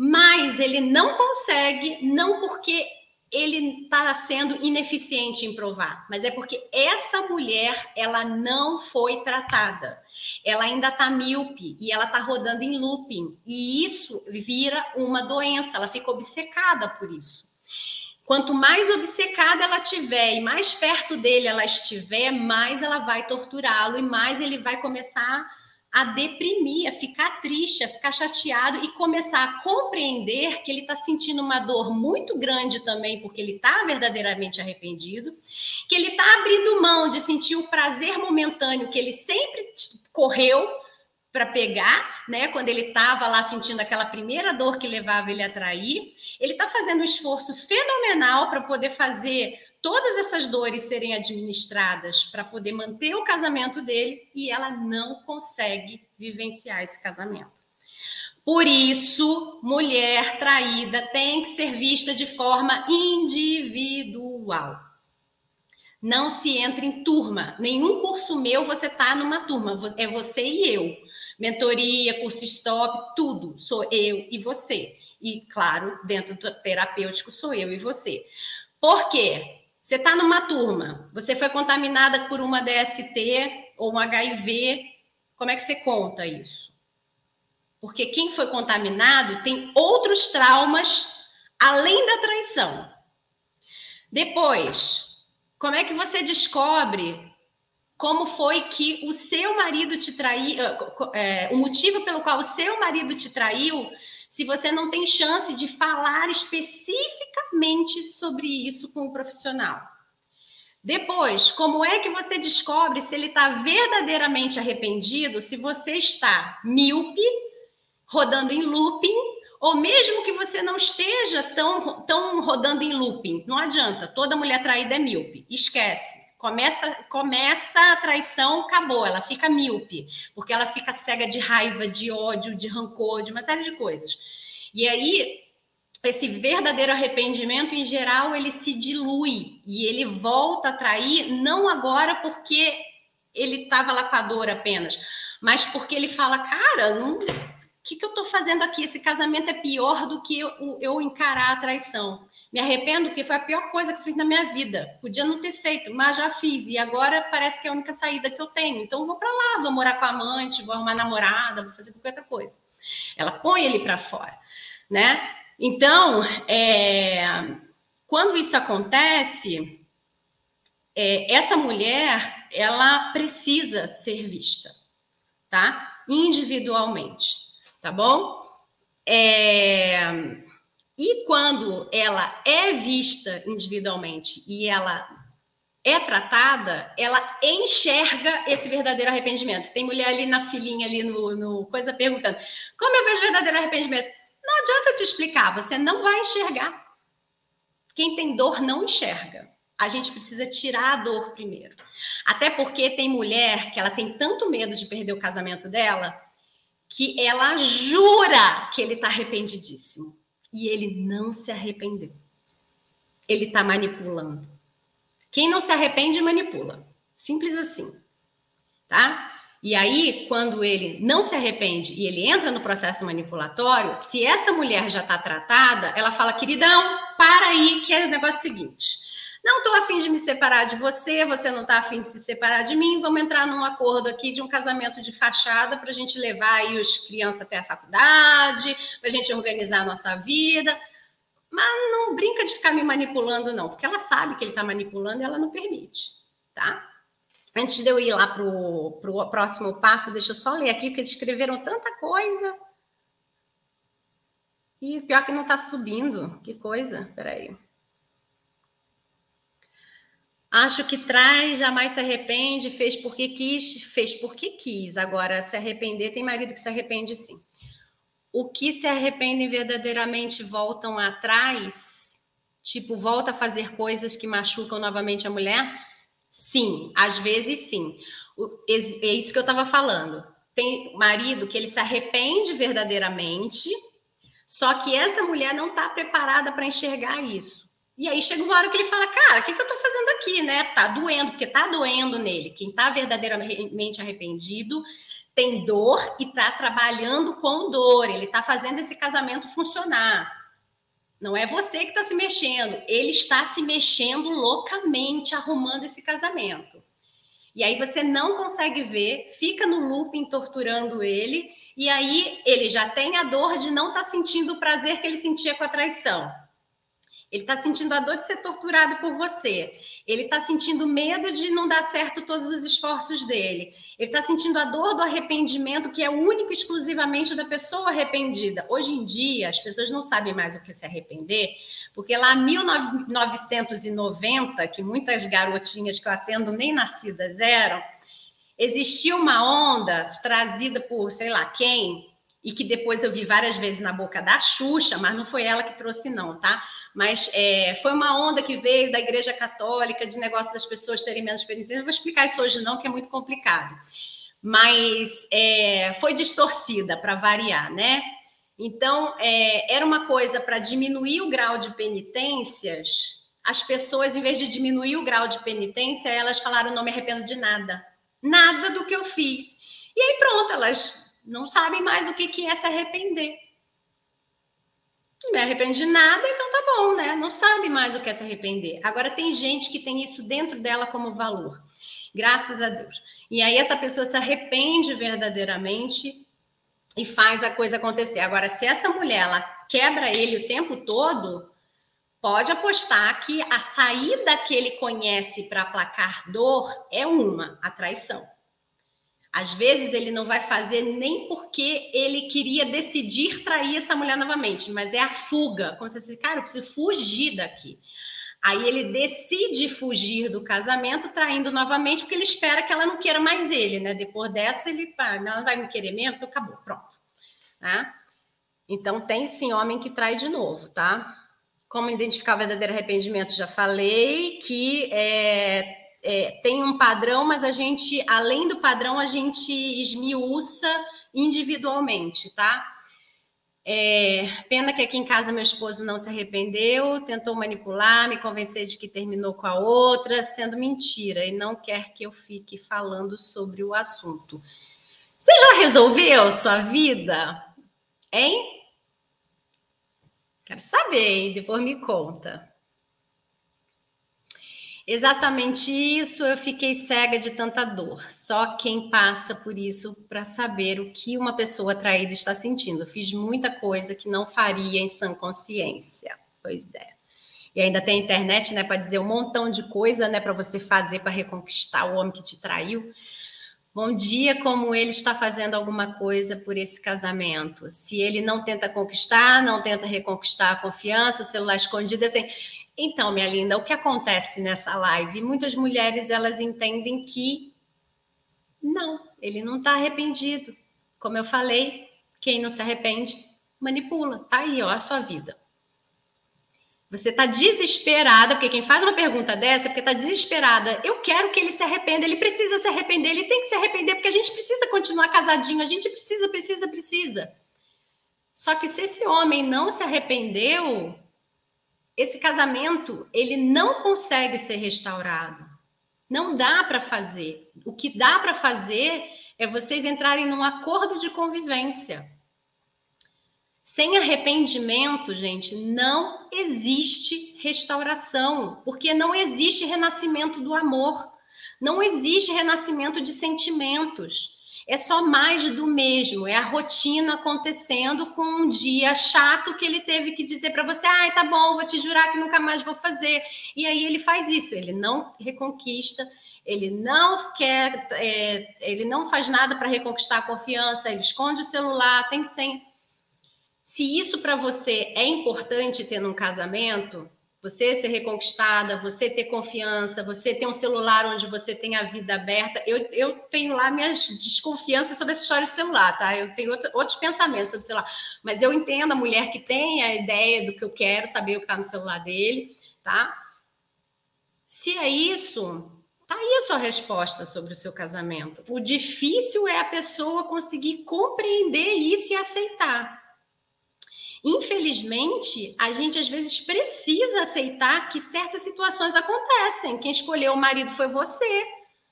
Speaker 1: Mas ele não consegue, não porque ele está sendo ineficiente em provar, mas é porque essa mulher, ela não foi tratada. Ela ainda está míope e ela está rodando em looping. E isso vira uma doença, ela fica obcecada por isso. Quanto mais obcecada ela tiver e mais perto dele ela estiver, mais ela vai torturá-lo e mais ele vai começar a deprimir, a ficar triste, a ficar chateado e começar a compreender que ele está sentindo uma dor muito grande também, porque ele está verdadeiramente arrependido, que ele está abrindo mão de sentir o prazer momentâneo que ele sempre correu para pegar, né? Quando ele estava lá sentindo aquela primeira dor que levava ele a trair, ele está fazendo um esforço fenomenal para poder fazer todas essas dores serem administradas para poder manter o casamento dele e ela não consegue vivenciar esse casamento. Por isso, mulher traída tem que ser vista de forma individual. Não se entra em turma. Nenhum curso meu você está numa turma. É você e eu. Mentoria, curso stop, tudo. Sou eu e você. E, claro, dentro do terapêutico, sou eu e você. Por quê? Você está numa turma, você foi contaminada por uma DST ou um HIV, como é que você conta isso? Porque quem foi contaminado tem outros traumas além da traição. Depois, como é que você descobre como foi que o seu marido te traiu, o motivo pelo qual o seu marido te traiu, se você não tem chance de falar especificamente sobre isso com o profissional? Depois, como é que você descobre se ele está verdadeiramente arrependido, se você está míope, rodando em looping, ou mesmo que você não esteja tão rodando em looping? Não adianta, toda mulher traída é míope, esquece. Começa a traição, acabou, ela fica míope, porque ela fica cega de raiva, de ódio, de rancor, de uma série de coisas. E aí, esse verdadeiro arrependimento, em geral, ele se dilui e ele volta a trair, não agora porque ele estava lá com a dor apenas, mas porque ele fala, cara, o que eu estou fazendo aqui? Esse casamento é pior do que eu encarar a traição. Me arrependo porque foi a pior coisa que eu fiz na minha vida. Podia não ter feito, mas já fiz. E agora parece que é a única saída que eu tenho. Então, vou para lá, vou morar com a amante, vou arrumar namorada, vou fazer qualquer outra coisa. Ela põe ele para fora, né? Então, quando isso acontece, essa mulher, ela precisa ser vista, tá? Individualmente, tá bom? E quando ela é vista individualmente e ela é tratada, ela enxerga esse verdadeiro arrependimento. Tem mulher ali na filinha, ali no coisa, perguntando, como eu vejo verdadeiro arrependimento? Não adianta eu te explicar, você não vai enxergar. Quem tem dor não enxerga. A gente precisa tirar a dor primeiro. Até porque tem mulher que ela tem tanto medo de perder o casamento dela que ela jura que ele está arrependidíssimo. E ele não se arrependeu. Ele está manipulando. Quem não se arrepende, manipula. Simples assim. Tá? E aí, quando ele não se arrepende e ele entra no processo manipulatório, se essa mulher já está tratada, ela fala, queridão, para aí, que é o negócio seguinte. Não estou afim de me separar de você, você não está afim de se separar de mim, vamos entrar num acordo aqui de um casamento de fachada para a gente levar aí as crianças até a faculdade, para a gente organizar a nossa vida. Mas não brinca de ficar me manipulando, não, porque ela sabe que ele está manipulando e ela não permite, tá? Antes de eu ir lá para o próximo passo, deixa eu só ler aqui, porque eles escreveram tanta coisa. E pior que não está subindo. Que coisa. Peraí. Acho que traz, jamais se arrepende, fez porque quis. Agora, se arrepender, tem marido que se arrepende sim. O que se arrependem verdadeiramente voltam atrás? Tipo, volta a fazer coisas que machucam novamente a mulher? Sim, às vezes sim. É isso que eu estava falando. Tem marido que ele se arrepende verdadeiramente, só que essa mulher não está preparada para enxergar isso. E aí chega uma hora que ele fala, cara, o que eu estou fazendo aqui, né? Tá doendo, porque tá doendo nele. Quem tá verdadeiramente arrependido tem dor e tá trabalhando com dor. Ele tá fazendo esse casamento funcionar. Não é você que está se mexendo, ele está se mexendo loucamente, arrumando esse casamento. E aí você não consegue ver, fica no looping torturando ele, e aí ele já tem a dor de não estar sentindo o prazer que ele sentia com a traição. Ele está sentindo a dor de ser torturado por você. Ele está sentindo medo de não dar certo todos os esforços dele. Ele está sentindo a dor do arrependimento, que é único e exclusivamente da pessoa arrependida. Hoje em dia, as pessoas não sabem mais o que é se arrepender, porque lá em 1990, que muitas garotinhas que eu atendo nem nascidas eram, existia uma onda trazida por sei lá quem, e que depois eu vi várias vezes na boca da Xuxa, mas não foi ela que trouxe não, tá? Mas foi uma onda que veio da Igreja Católica, de negócio das pessoas terem menos penitência. Não vou explicar isso hoje não, que é muito complicado. Mas foi distorcida, para variar, né? Então, era uma coisa para diminuir o grau de penitências. As pessoas, em vez de diminuir o grau de penitência, elas falaram, não me arrependo de nada. Nada do que eu fiz. E aí pronto, elas não sabem mais o que é se arrepender. Não me arrependo de nada, então tá bom, né? Não sabe mais o que é se arrepender. Agora tem gente que tem isso dentro dela como valor. Graças a Deus. E aí essa pessoa se arrepende verdadeiramente e faz a coisa acontecer. Agora, se essa mulher ela quebra ele o tempo todo, pode apostar que a saída que ele conhece para aplacar dor é a traição. Às vezes ele não vai fazer nem porque ele queria decidir trair essa mulher novamente, mas é a fuga, como se você, cara, eu preciso fugir daqui. Aí ele decide fugir do casamento, traindo novamente, porque ele espera que ela não queira mais ele, né? Depois dessa, ela não vai me querer mesmo, então acabou, pronto. Tá? Então tem sim homem que trai de novo, tá? Como identificar o verdadeiro arrependimento, já falei que tem um padrão, mas a gente, além do padrão, a gente esmiuça individualmente, tá? Pena que aqui em casa meu esposo não se arrependeu, tentou manipular, me convencer de que terminou com a outra, sendo mentira, e não quer que eu fique falando sobre o assunto. Você já resolveu sua vida? Hein? Quero saber, hein? Depois me conta. Exatamente isso, eu fiquei cega de tanta dor. Só quem passa por isso para saber o que uma pessoa traída está sentindo. Fiz muita coisa que não faria em sã consciência. Pois é. E ainda tem a internet, né, para dizer um montão de coisa, né, para você fazer para reconquistar o homem que te traiu. Bom dia, como ele está fazendo alguma coisa por esse casamento. Se ele não tenta conquistar, não tenta reconquistar a confiança, o celular escondido, assim. Então, minha linda, o que acontece nessa live? Muitas mulheres, elas entendem que não, ele não está arrependido. Como eu falei, quem não se arrepende, manipula. Tá aí, ó, a sua vida. Você está desesperada, porque quem faz uma pergunta dessa é porque está desesperada. Eu quero que ele se arrependa, ele precisa se arrepender, ele tem que se arrepender, porque a gente precisa continuar casadinho, a gente precisa. Só que se esse homem não se arrependeu, esse casamento, ele não consegue ser restaurado. Não dá para fazer. O que dá para fazer é vocês entrarem num acordo de convivência. Sem arrependimento, gente, não existe restauração, porque não existe renascimento do amor, não existe renascimento de sentimentos. É só mais do mesmo, é a rotina acontecendo com um dia chato que ele teve que dizer para você, tá bom, vou te jurar que nunca mais vou fazer. E aí ele faz isso, ele não reconquista, ele não quer, ele não faz nada para reconquistar a confiança, ele esconde o celular, tem senha. Se isso para você é importante ter num casamento, você ser reconquistada, você ter confiança, você ter um celular onde você tem a vida aberta. Eu tenho lá minhas desconfianças sobre essa história de celular, tá? Eu tenho outros pensamentos sobre o celular. Mas eu entendo a mulher que tem a ideia do que eu quero, saber o que está no celular dele, tá? Se é isso, tá aí a sua resposta sobre o seu casamento. O difícil é a pessoa conseguir compreender isso e aceitar. Infelizmente, a gente às vezes precisa aceitar que certas situações acontecem. Quem escolheu o marido foi você.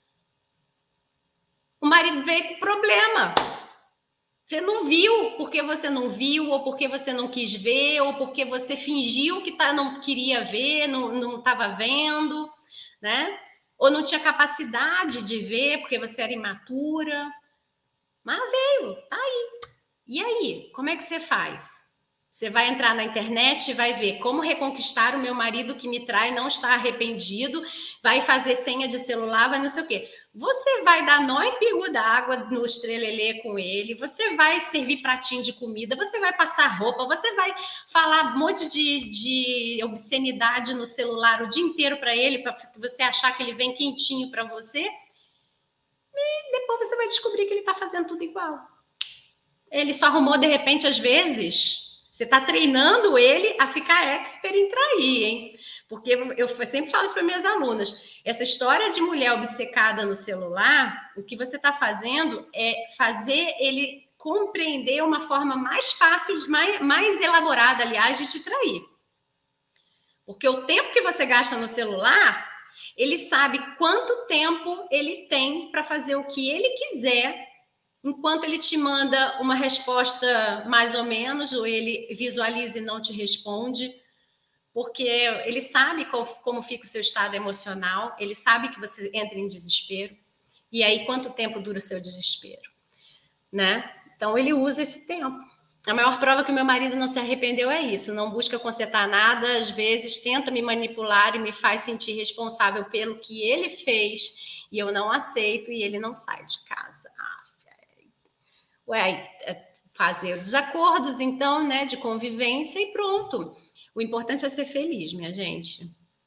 Speaker 1: O marido veio com problema. Você não viu porque você não viu, ou porque você não quis ver, ou porque você fingiu que não queria ver, não estava vendo, né? Ou não tinha capacidade de ver porque você era imatura. Mas veio, tá aí. E aí, como é que você faz? Você vai entrar na internet e vai ver como reconquistar o meu marido que me trai, não está arrependido, vai fazer senha de celular, vai não sei o quê. Você vai dar nó em pingo d'água no estrelelê com ele, você vai servir pratinho de comida, você vai passar roupa, você vai falar um monte de obscenidade no celular o dia inteiro para ele, para você achar que ele vem quentinho para você. E depois você vai descobrir que ele está fazendo tudo igual. Ele só arrumou, de repente, às vezes, você está treinando ele a ficar expert em trair, hein? Porque eu sempre falo isso para minhas alunas. Essa história de mulher obcecada no celular, o que você está fazendo é fazer ele compreender uma forma mais fácil, mais elaborada, aliás, de te trair. Porque o tempo que você gasta no celular, ele sabe quanto tempo ele tem para fazer o que ele quiser, enquanto ele te manda uma resposta mais ou menos, ou ele visualiza e não te responde, porque ele sabe como fica o seu estado emocional, ele sabe que você entra em desespero, e aí quanto tempo dura o seu desespero, né? Então ele usa esse tempo. A maior prova que o meu marido não se arrependeu é isso, não busca consertar nada, às vezes tenta me manipular e me faz sentir responsável pelo que ele fez, e eu não aceito, e ele não sai de casa. Fazer os acordos, então, né, de convivência e pronto. O importante é ser feliz, minha gente.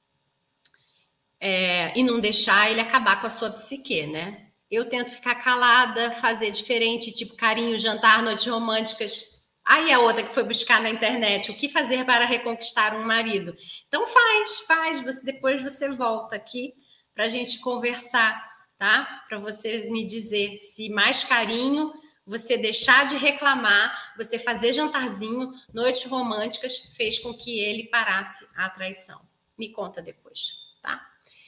Speaker 1: E não deixar ele acabar com a sua psique, né? Eu tento ficar calada, fazer diferente, tipo carinho, jantar, noites românticas. Aí a outra que foi buscar na internet, o que fazer para reconquistar um marido? Então faz. Depois você volta aqui para a gente conversar, tá? Para você me dizer se mais carinho, você deixar de reclamar, você fazer jantarzinho, noites românticas, fez com que ele parasse a traição. Me conta depois, tá?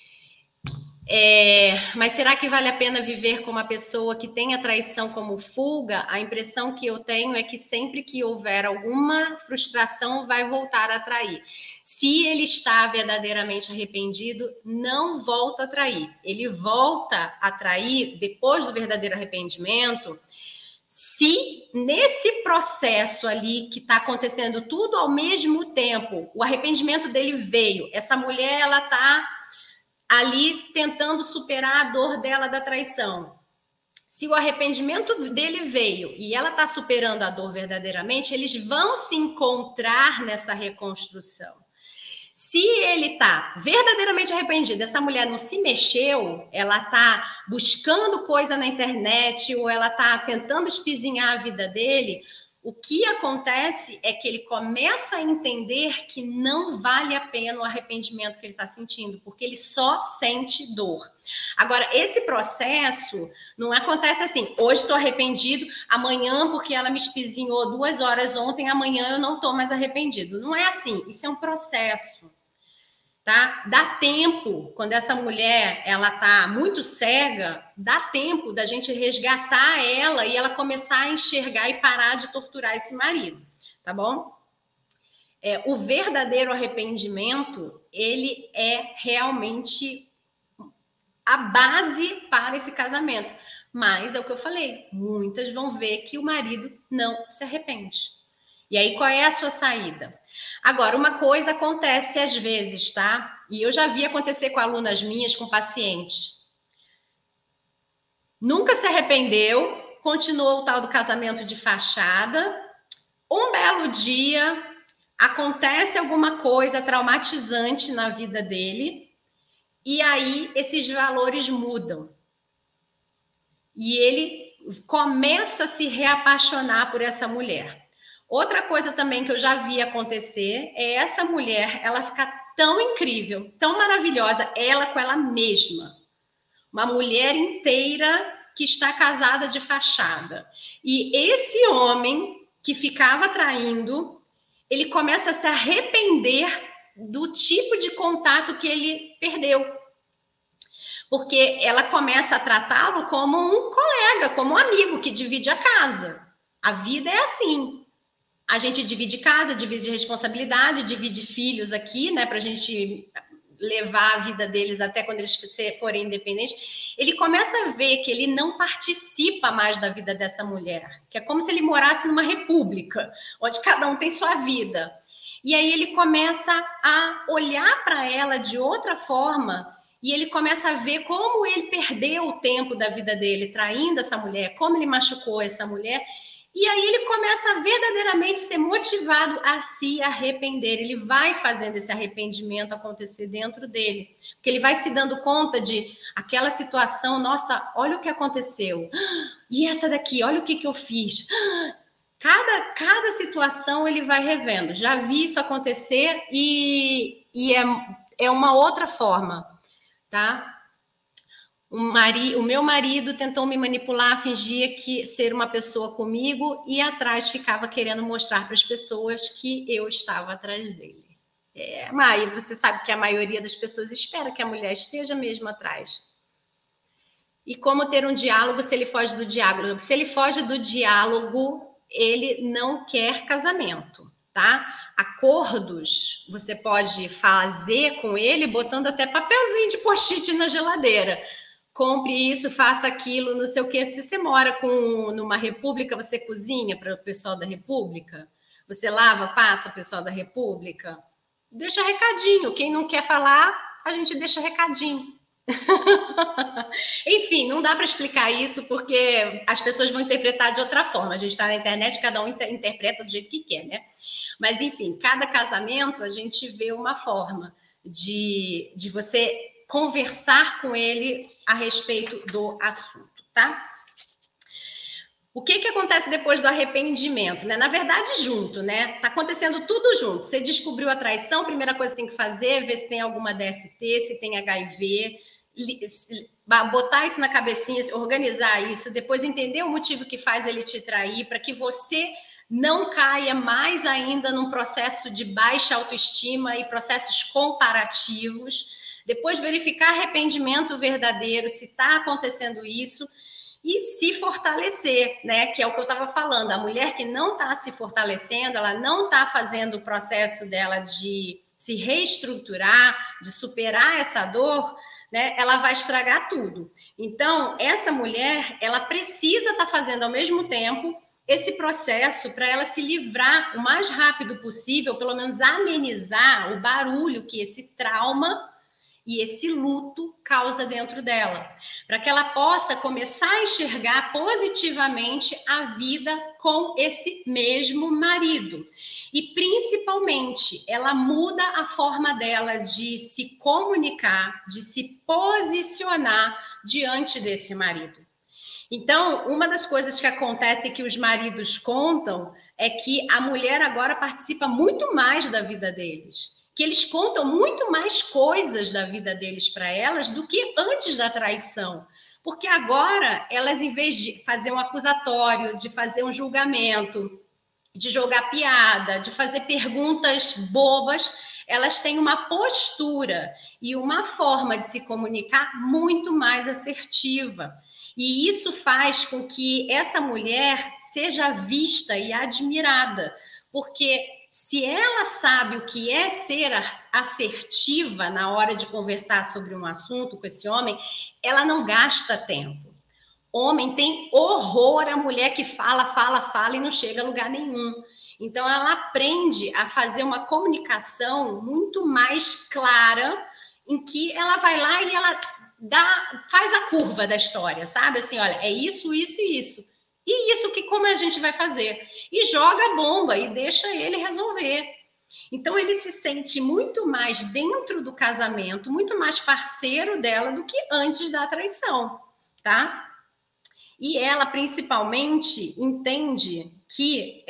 Speaker 1: Mas será que vale a pena viver com uma pessoa que tem a traição como fuga? A impressão que eu tenho é que sempre que houver alguma frustração, vai voltar a trair. Se ele está verdadeiramente arrependido, não volta a trair. Ele volta a trair depois do verdadeiro arrependimento, se nesse processo ali que está acontecendo tudo ao mesmo tempo, o arrependimento dele veio, essa mulher, ela está ali tentando superar a dor dela da traição. Se o arrependimento dele veio e ela está superando a dor verdadeiramente, eles vão se encontrar nessa reconstrução. Se ele está verdadeiramente arrependido, essa mulher não se mexeu, ela está buscando coisa na internet ou ela está tentando espizinhar a vida dele, o que acontece é que ele começa a entender que não vale a pena o arrependimento que ele está sentindo, porque ele só sente dor. Agora, esse processo não acontece assim, hoje estou arrependido, amanhã, porque ela me espizinhou 2 horas ontem, amanhã eu não estou mais arrependido. Não é assim, isso é um processo. Tá? Dá tempo, quando essa mulher ela tá muito cega, dá tempo da gente resgatar ela e ela começar a enxergar e parar de torturar esse marido, tá bom? O verdadeiro arrependimento, ele é realmente a base para esse casamento. Mas é o que eu falei, muitas vão ver que o marido não se arrepende. E aí, qual é a sua saída? Agora, uma coisa acontece às vezes, tá? E eu já vi acontecer com alunas minhas, com pacientes. Nunca se arrependeu, continuou o tal do casamento de fachada. Um belo dia, acontece alguma coisa traumatizante na vida dele, e aí esses valores mudam. E ele começa a se reapaixonar por essa mulher. Outra coisa também que eu já vi acontecer é essa mulher, ela ficar tão incrível, tão maravilhosa, ela com ela mesma. Uma mulher inteira que está casada de fachada. E esse homem que ficava traindo, ele começa a se arrepender do tipo de contato que ele perdeu. Porque ela começa a tratá-lo como um colega, como um amigo que divide a casa. A vida é assim. A gente divide casa, divide responsabilidade, divide filhos aqui, né, para a gente levar a vida deles até quando eles forem independentes. Ele começa a ver que ele não participa mais da vida dessa mulher, que é como se ele morasse numa república, onde cada um tem sua vida. E aí ele começa a olhar para ela de outra forma e ele começa a ver como ele perdeu o tempo da vida dele traindo essa mulher, como ele machucou essa mulher. E aí ele começa a verdadeiramente ser motivado a se arrepender. Ele vai fazendo esse arrependimento acontecer dentro dele. Porque ele vai se dando conta de aquela situação, nossa, olha o que aconteceu. E essa daqui, olha o que eu fiz. Cada situação ele vai revendo. Já vi isso acontecer e é uma outra forma, tá? O meu marido tentou me manipular, fingia que ser uma pessoa comigo e atrás ficava querendo mostrar para as pessoas que eu estava atrás dele. Mas você sabe que a maioria das pessoas espera que a mulher esteja mesmo atrás. E como ter um diálogo se ele foge do diálogo? Se ele foge do diálogo, ele não quer casamento, tá? Acordos você pode fazer com ele botando até papelzinho de post-it na geladeira. Compre isso, faça aquilo, não sei o quê. Se você mora numa república, você cozinha para o pessoal da república? Você lava, passa o pessoal da república? Deixa recadinho. Quem não quer falar, a gente deixa recadinho. Enfim, não dá para explicar isso porque as pessoas vão interpretar de outra forma. A gente está na internet, cada um interpreta do jeito que quer, né? Mas, enfim, cada casamento a gente vê uma forma de você conversar com ele a respeito do assunto, tá? O que acontece depois do arrependimento, né? Na verdade, junto, né? Tá acontecendo tudo junto. Você descobriu a traição, a primeira coisa que tem que fazer é ver se tem alguma DST, se tem HIV, botar isso na cabecinha, organizar isso, depois entender o motivo que faz ele te trair, para que você não caia mais ainda num processo de baixa autoestima e processos comparativos. Depois verificar arrependimento verdadeiro, se está acontecendo isso, e se fortalecer, né? Que é o que eu estava falando. A mulher que não está se fortalecendo, ela não está fazendo o processo dela de se reestruturar, de superar essa dor, né? Ela vai estragar tudo. Então, essa mulher, ela precisa estar fazendo ao mesmo tempo esse processo para ela se livrar o mais rápido possível, pelo menos amenizar o barulho que esse trauma e esse luto causa dentro dela, para que ela possa começar a enxergar positivamente a vida com esse mesmo marido. E, principalmente, ela muda a forma dela de se comunicar, de se posicionar diante desse marido. Então, uma das coisas que acontece que os maridos contam é que a mulher agora participa muito mais da vida deles, que eles contam muito mais coisas da vida deles para elas do que antes da traição. Porque agora elas, em vez de fazer um acusatório, de fazer um julgamento, de jogar piada, de fazer perguntas bobas, elas têm uma postura e uma forma de se comunicar muito mais assertiva. E isso faz com que essa mulher seja vista e admirada, porque se ela sabe o que é ser assertiva na hora de conversar sobre um assunto com esse homem, ela não gasta tempo. Homem tem horror à mulher que fala e não chega a lugar nenhum. Então, ela aprende a fazer uma comunicação muito mais clara, em que ela vai lá e ela faz a curva da história, sabe? Assim, olha, é isso, isso e isso. E isso que como a gente vai fazer? E joga a bomba e deixa ele resolver. Então, ele se sente muito mais dentro do casamento, muito mais parceiro dela do que antes da traição, tá? E ela, principalmente, entende que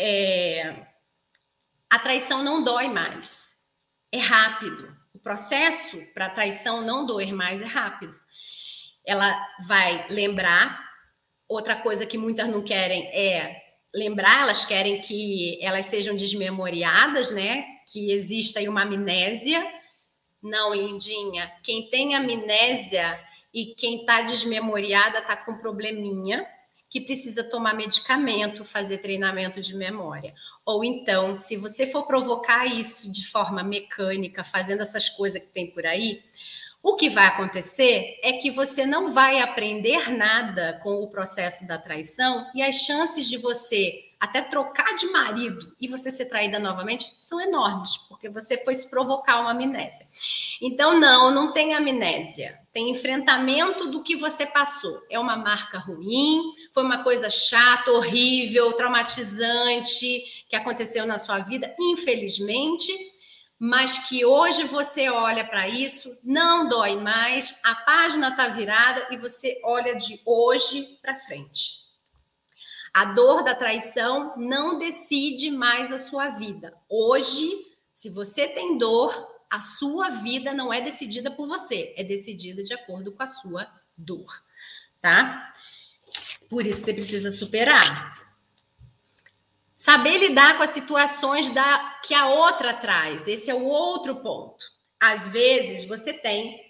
Speaker 1: a traição não dói mais. É rápido. O processo para a traição não doer mais é rápido. Ela vai lembrar. Outra coisa que muitas não querem é lembrar, elas querem que elas sejam desmemoriadas, né? Que exista aí uma amnésia. Não, lindinha, quem tem amnésia e quem está desmemoriada está com probleminha, que precisa tomar medicamento, fazer treinamento de memória. Ou então, se você for provocar isso de forma mecânica, fazendo essas coisas que tem por aí, o que vai acontecer é que você não vai aprender nada com o processo da traição e as chances de você até trocar de marido e você ser traída novamente são enormes, porque você foi se provocar uma amnésia. Então, não tem amnésia. Tem enfrentamento do que você passou. É uma marca ruim, foi uma coisa chata, horrível, traumatizante que aconteceu na sua vida, infelizmente, mas que hoje você olha para isso, não dói mais, a página está virada e você olha de hoje para frente. A dor da traição não decide mais a sua vida. Hoje, se você tem dor, a sua vida não é decidida por você, é decidida de acordo com a sua dor, tá? Por isso você precisa superar. Saber lidar com as situações que a outra traz. Esse é o outro ponto. Às vezes, você tem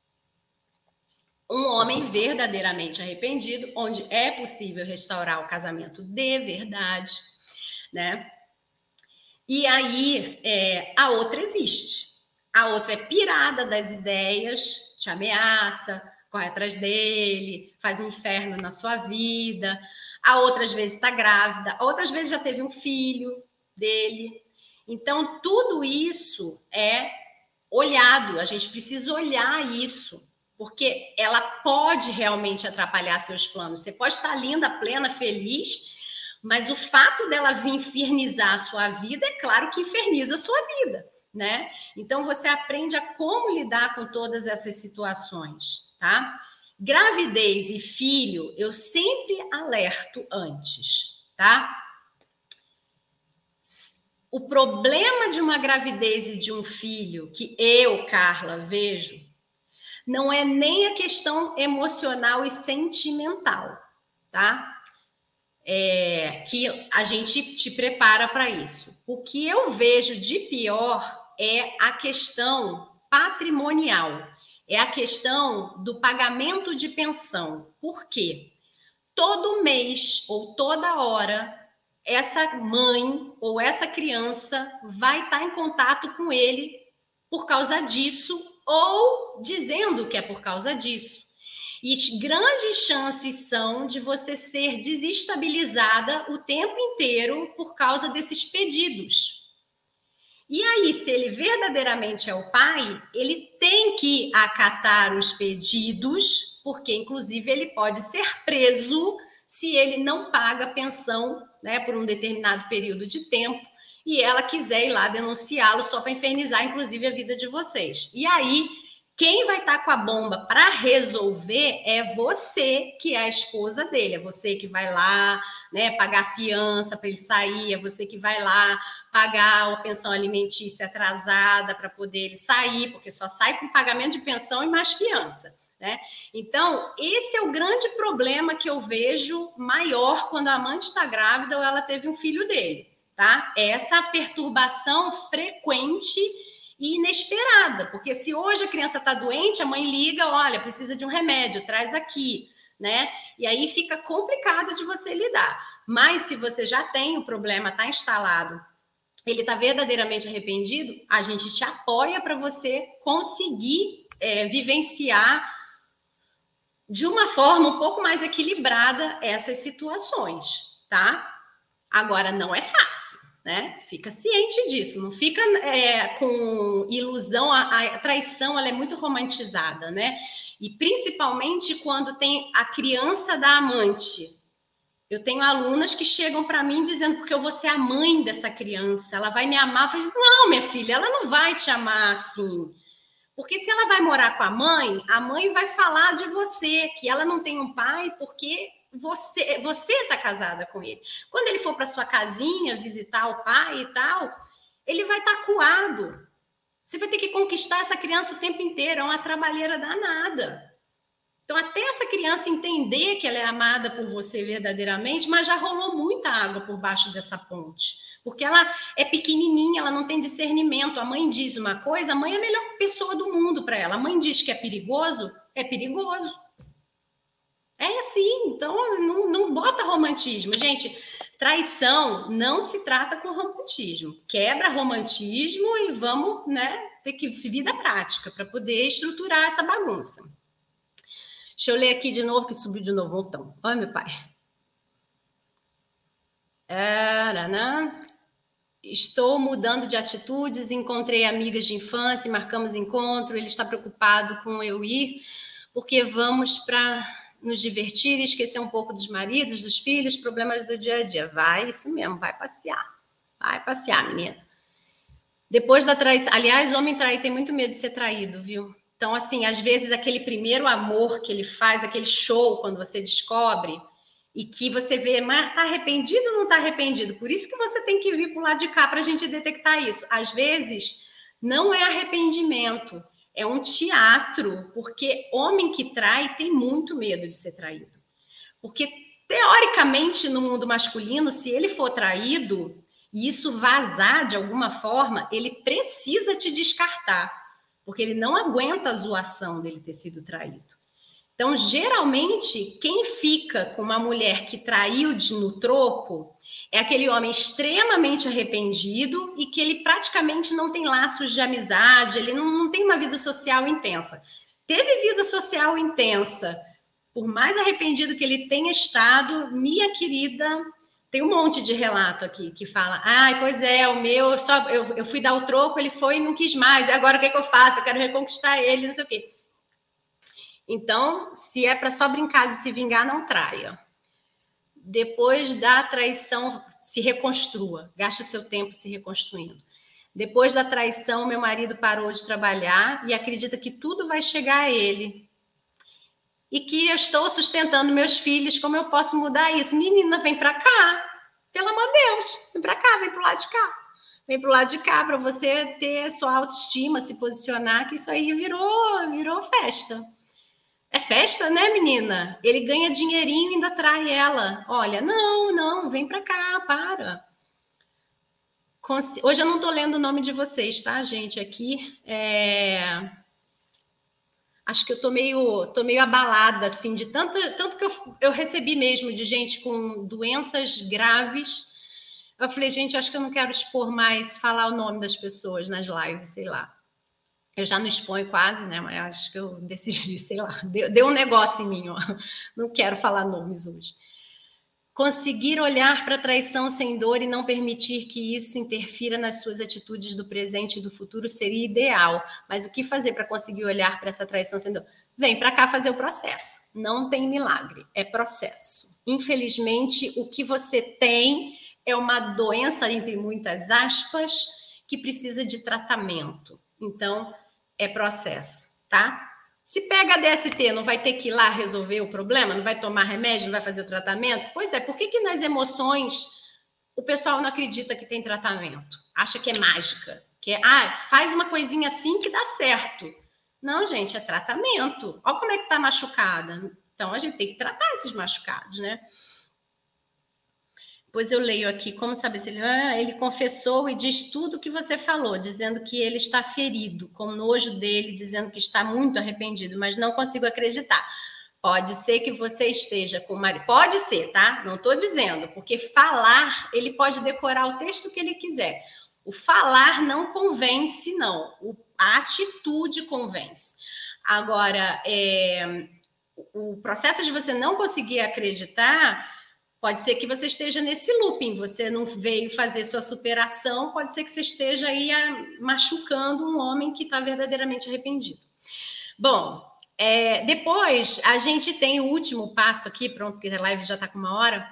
Speaker 1: um homem verdadeiramente arrependido, onde é possível restaurar o casamento de verdade, né? E aí, a outra existe. A outra é pirada das ideias, te ameaça, corre atrás dele, faz um inferno na sua vida. A outra, às vezes, está grávida. A outra, às vezes, já teve um filho dele. Então, tudo isso é olhado. A gente precisa olhar isso, porque ela pode realmente atrapalhar seus planos. Você pode estar linda, plena, feliz, mas o fato dela vir infernizar a sua vida, é claro que inferniza a sua vida, né? Então, você aprende a como lidar com todas essas situações, tá? Gravidez e filho, eu sempre alerto antes, tá? O problema de uma gravidez e de um filho, que eu, Carla, vejo, não é nem a questão emocional e sentimental, tá? Que a gente te prepara para isso. O que eu vejo de pior é a questão patrimonial, é a questão do pagamento de pensão. Por quê? Todo mês ou toda hora, essa mãe ou essa criança vai estar em contato com ele por causa disso ou dizendo que é por causa disso. E grandes chances são de você ser desestabilizada o tempo inteiro por causa desses pedidos. E aí, se ele verdadeiramente é o pai, ele tem que acatar os pedidos, porque, inclusive, ele pode ser preso se ele não paga a pensão, né, por um determinado período de tempo, e ela quiser ir lá denunciá-lo só para infernizar, inclusive, a vida de vocês. E aí, quem vai estar com a bomba para resolver é você, que é a esposa dele. É você que vai lá, né, pagar a fiança para ele sair, é você que vai lá pagar a pensão alimentícia atrasada para poder ele sair, porque só sai com pagamento de pensão e mais fiança, né? Então, esse é o grande problema que eu vejo maior quando a amante está grávida ou ela teve um filho dele, tá? É essa perturbação frequente e inesperada, porque se hoje a criança está doente, a mãe liga, olha, precisa de um remédio, traz aqui, né? E aí fica complicado de você lidar. Mas se você já tem o problema, está instalado, ele está verdadeiramente arrependido, a gente te apoia para você conseguir vivenciar de uma forma um pouco mais equilibrada essas situações, tá? Agora, não é fácil, né? Fica ciente disso, não fica com ilusão. A traição, ela é muito romantizada, né? E principalmente quando tem a criança da amante. Eu tenho alunas que chegam para mim dizendo, porque eu vou ser a mãe dessa criança, ela vai me amar. Eu falei, não, minha filha, ela não vai te amar assim. Porque se ela vai morar com a mãe vai falar de você, que ela não tem um pai porque você está casada com ele. Quando ele for para sua casinha visitar o pai e tal, ele vai estar acuado. Você vai ter que conquistar essa criança o tempo inteiro, é uma trabalheira danada. Então, até essa criança entender que ela é amada por você verdadeiramente, mas já rolou muita água por baixo dessa ponte. Porque ela é pequenininha, ela não tem discernimento. A mãe diz uma coisa, a mãe é a melhor pessoa do mundo para ela. A mãe diz que é perigoso. É assim, então não bota romantismo. Gente, traição não se trata com romantismo. Quebra romantismo e vamos, né, ter que vida prática para poder estruturar essa bagunça. Deixa eu ler aqui de novo, que subiu de novo. Então, olha, meu pai. Estou mudando de atitudes, encontrei amigas de infância, marcamos encontro, ele está preocupado com eu ir, porque vamos para nos divertir e esquecer um pouco dos maridos, dos filhos, problemas do dia a dia. Vai, isso mesmo, vai passear, menina. Depois da traição, aliás, homem trair tem muito medo de ser traído, viu? Então, assim, às vezes aquele primeiro amor que ele faz, aquele show quando você descobre e que você vê, mas tá arrependido ou não tá arrependido? Por isso que você tem que vir pro lado de cá para a gente detectar isso. Às vezes não é arrependimento, é um teatro, porque homem que trai tem muito medo de ser traído. Porque, teoricamente, no mundo masculino, se ele for traído e isso vazar de alguma forma, ele precisa te descartar, porque ele não aguenta a zoação dele ter sido traído. Então, geralmente, quem fica com uma mulher que traiu no troco é aquele homem extremamente arrependido e que ele praticamente não tem laços de amizade, ele não tem uma vida social intensa. Teve vida social intensa, por mais arrependido que ele tenha estado, minha querida, tem um monte de relato aqui que fala, pois é, o meu, eu fui dar o troco, ele foi e não quis mais, agora o que eu faço? Eu quero reconquistar ele, não sei o quê. Então, se é para só brincar de se vingar, não traia. Depois da traição, se reconstrua. Gaste o seu tempo se reconstruindo. Depois da traição, meu marido parou de trabalhar e acredita que tudo vai chegar a ele. E que eu estou sustentando meus filhos, como eu posso mudar isso? Menina, vem para cá. Pelo amor de Deus, vem para cá, vem para o lado de cá. Vem para o lado de cá para você ter sua autoestima, se posicionar, que isso aí virou festa. É festa, né, menina? Ele ganha dinheirinho e ainda trai ela. Olha, não, vem pra cá, para. Hoje eu não tô lendo o nome de vocês, tá, gente? Aqui, acho que eu tô meio abalada, assim, de tanto que eu recebi mesmo de gente com doenças graves. Eu falei, gente, acho que eu não quero expor mais, falar o nome das pessoas nas lives, sei lá. Eu já não exponho quase, né? Mas acho que eu decidi, sei lá, deu um negócio em mim, ó. Não quero falar nomes hoje. Conseguir olhar para a traição sem dor e não permitir que isso interfira nas suas atitudes do presente e do futuro seria ideal. Mas o que fazer para conseguir olhar para essa traição sem dor? Vem para cá fazer o processo. Não tem milagre, é processo. Infelizmente, o que você tem é uma doença, entre muitas aspas, que precisa de tratamento. Então, é processo, tá? Se pega a DST, não vai ter que ir lá resolver o problema? Não vai tomar remédio? Não vai fazer o tratamento? Pois é, por que nas emoções o pessoal não acredita que tem tratamento? Acha que é mágica? Que faz uma coisinha assim que dá certo. Não, gente, é tratamento. Olha como é que tá machucada. Então, a gente tem que tratar esses machucados, né? Pois eu leio aqui, como saber se ele confessou e diz tudo o que você falou, dizendo que ele está ferido, com nojo dele, dizendo que está muito arrependido, mas não consigo acreditar. Pode ser que você esteja com o marido. Pode ser, tá? Não estou dizendo, porque falar, ele pode decorar o texto que ele quiser. O falar não convence, não. A atitude convence. Agora, o processo de você não conseguir acreditar. Pode ser que você esteja nesse looping, você não veio fazer sua superação, pode ser que você esteja aí machucando um homem que está verdadeiramente arrependido. Bom, depois a gente tem o último passo aqui, pronto, porque a live já está com 1 hora,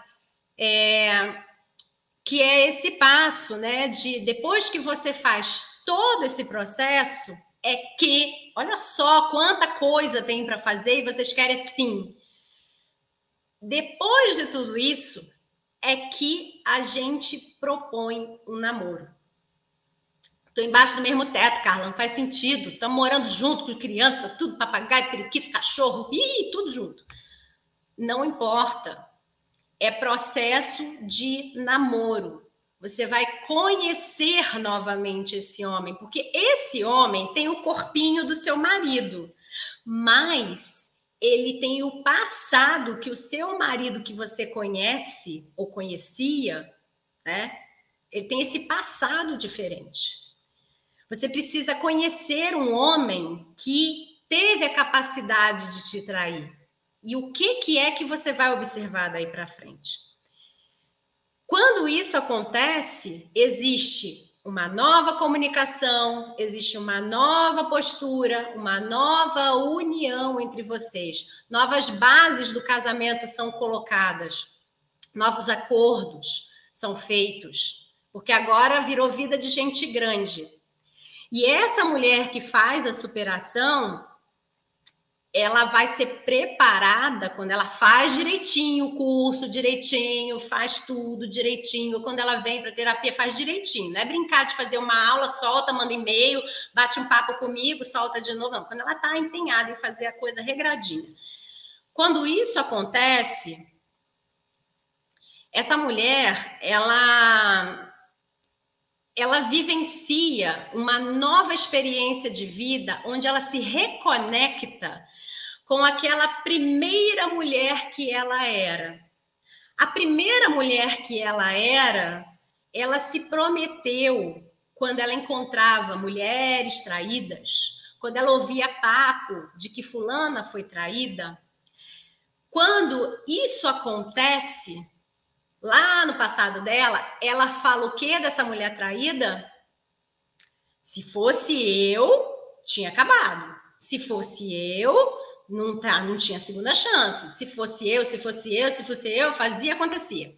Speaker 1: que é esse passo, né, de depois que você faz todo esse processo, é que, olha só quanta coisa tem para fazer e vocês querem sim. Depois de tudo isso, é que a gente propõe um namoro. Tô embaixo do mesmo teto, Carla, não faz sentido. Estamos morando junto com criança, tudo, papagaio, periquito, cachorro, tudo junto. Não importa. É processo de namoro. Você vai conhecer novamente esse homem, porque esse homem tem o corpinho do seu marido, mas ele tem o passado que o seu marido que você conhece ou conhecia, né? Ele tem esse passado diferente. Você precisa conhecer um homem que teve a capacidade de te trair. E o que é que você vai observar daí para frente? Quando isso acontece, existe uma nova comunicação, existe uma nova postura, uma nova união entre vocês. Novas bases do casamento são colocadas, novos acordos são feitos, porque agora virou vida de gente grande. E essa mulher que faz a superação, ela vai ser preparada quando ela faz direitinho o curso, direitinho, faz tudo direitinho. Quando ela vem para terapia, faz direitinho. Não é brincar de fazer uma aula, solta, manda e-mail, bate um papo comigo, solta de novo. Não, quando ela está empenhada em fazer a coisa regradinha. Quando isso acontece, essa mulher, ela vivencia uma nova experiência de vida onde ela se reconecta com aquela primeira mulher que ela era. A primeira mulher que ela era, ela se prometeu quando ela encontrava mulheres traídas, quando ela ouvia papo de que fulana foi traída. Quando isso acontece, lá no passado dela, ela fala o que dessa mulher traída? Se fosse eu, tinha acabado. Se fosse eu, não tinha segunda chance. Se fosse eu, fazia, acontecia.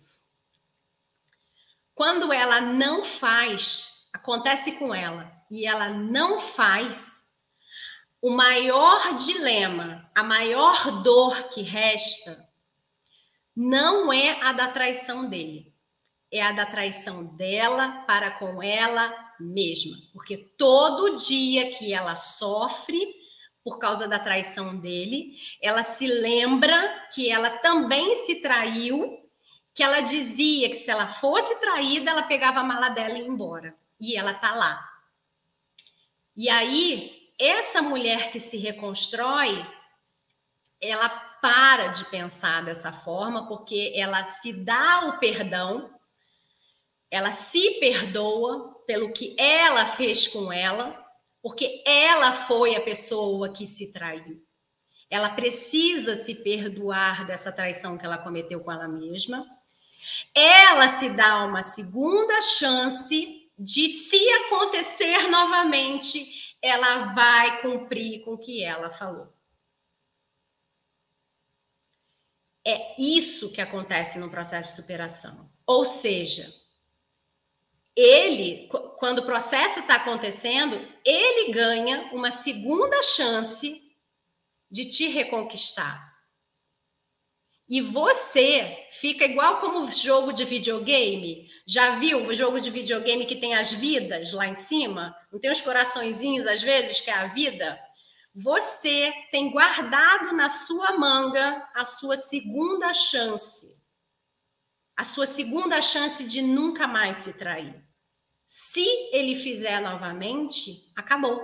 Speaker 1: Quando ela não faz, acontece com ela, e ela não faz, o maior dilema, a maior dor que resta, não é a da traição dele, é a da traição dela para com ela mesma. Porque todo dia que ela sofre por causa da traição dele, ela se lembra que ela também se traiu, que ela dizia que se ela fosse traída, ela pegava a mala dela e ia embora. E ela tá lá. E aí, essa mulher que se reconstrói, ela para de pensar dessa forma, porque ela se dá o perdão, ela se perdoa pelo que ela fez com ela, porque ela foi a pessoa que se traiu. Ela precisa se perdoar dessa traição que ela cometeu com ela mesma. Ela se dá uma segunda chance de, se acontecer novamente, ela vai cumprir com o que ela falou. É isso que acontece no processo de superação. Ou seja, ele, quando o processo está acontecendo, ele ganha uma segunda chance de te reconquistar. E você fica igual como jogo de videogame. Já viu o jogo de videogame que tem as vidas lá em cima? Não tem os coraçõezinhos, às vezes, que é a vida? Você tem guardado na sua manga a sua segunda chance. A sua segunda chance de nunca mais se trair. Se ele fizer novamente, acabou.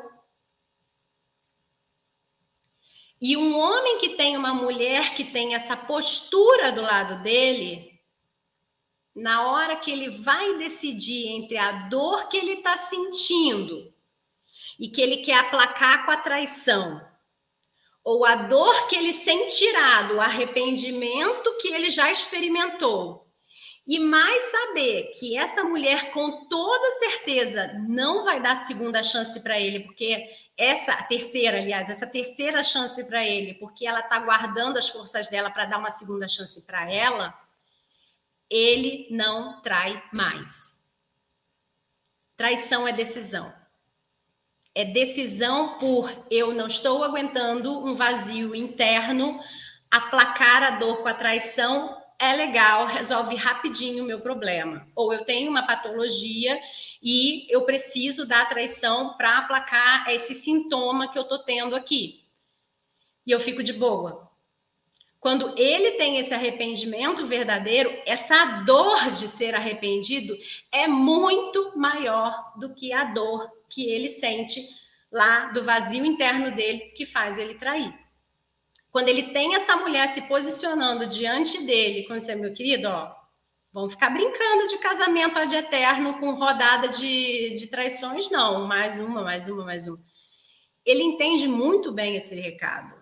Speaker 1: E um homem que tem uma mulher que tem essa postura do lado dele, na hora que ele vai decidir entre a dor que ele está sentindo e que ele quer aplacar com a traição, ou a dor que ele sentirá do arrependimento que ele já experimentou, e mais saber que essa mulher, com toda certeza, não vai dar segunda chance para ele, porque essa terceira chance para ele, porque ela está guardando as forças dela para dar uma segunda chance para ela, ele não trai mais. Traição é decisão. É decisão por eu não estou aguentando um vazio interno, aplacar a dor com a traição é legal, resolve rapidinho o meu problema. Ou eu tenho uma patologia e eu preciso da traição para aplacar esse sintoma que eu estou tendo aqui. E eu fico de boa. Quando ele tem esse arrependimento verdadeiro, essa dor de ser arrependido é muito maior do que a dor que ele sente lá do vazio interno dele que faz ele trair. Quando ele tem essa mulher se posicionando diante dele, quando você, meu querido, ó, vamos ficar brincando de casamento ad eterno com rodada de traições, não. Mais uma, mais uma, mais uma. Ele entende muito bem esse recado.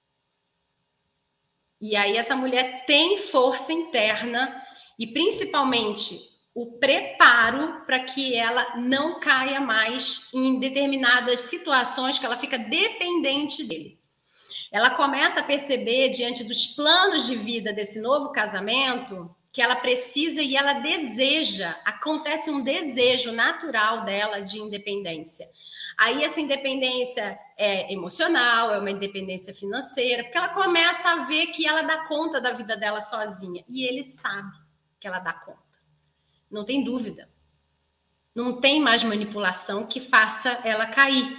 Speaker 1: E aí essa mulher tem força interna e principalmente o preparo para que ela não caia mais em determinadas situações que ela fica dependente dele. Ela começa a perceber, diante dos planos de vida desse novo casamento, que ela precisa e ela deseja, acontece um desejo natural dela de independência. Aí essa independência é emocional, é uma independência financeira, porque ela começa a ver que ela dá conta da vida dela sozinha. E ele sabe que ela dá conta. Não tem dúvida. Não tem mais manipulação que faça ela cair.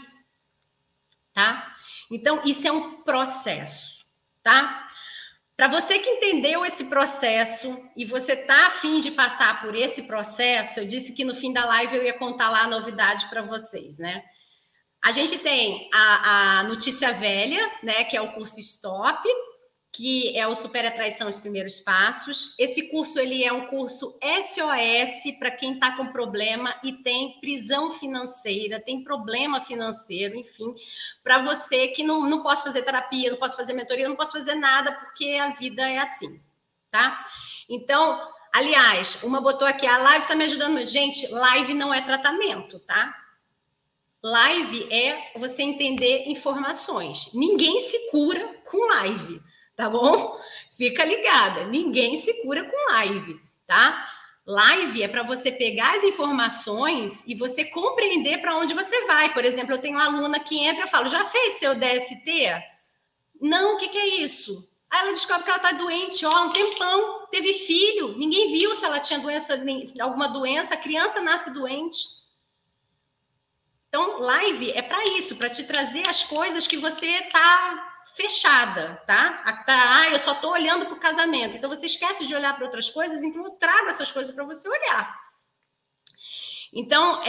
Speaker 1: Tá? Então, isso é um processo, tá? Para você que entendeu esse processo e você tá a fim de passar por esse processo, eu disse que no fim da live eu ia contar lá a novidade para vocês, né? A gente tem a notícia velha, né? Que é o curso Stop, que é o Supera a Traição, os primeiros passos. Esse curso ele é um curso SOS para quem está com problema e tem prisão financeira, tem problema financeiro, enfim, para você que não posso fazer terapia, não posso fazer mentoria, não posso fazer nada porque a vida é assim, tá? Então, aliás, uma botou aqui, a live está me ajudando. Gente, live não é tratamento, tá? Live é você entender informações. Ninguém se cura com live. Tá bom? Fica ligada, ninguém se cura com live, tá? Live é para você pegar as informações e você compreender para onde você vai. Por exemplo, eu tenho uma aluna que entra e fala, já fez seu DST? Não, o que é isso? Aí ela descobre que ela está doente, ó, um tempão, teve filho, ninguém viu se ela tinha doença, alguma doença, a criança nasce doente. Então, live é para isso, para te trazer as coisas que você está fechada, tá? Eu só estou olhando para o casamento. Então, você esquece de olhar para outras coisas, então eu trago essas coisas para você olhar. Então,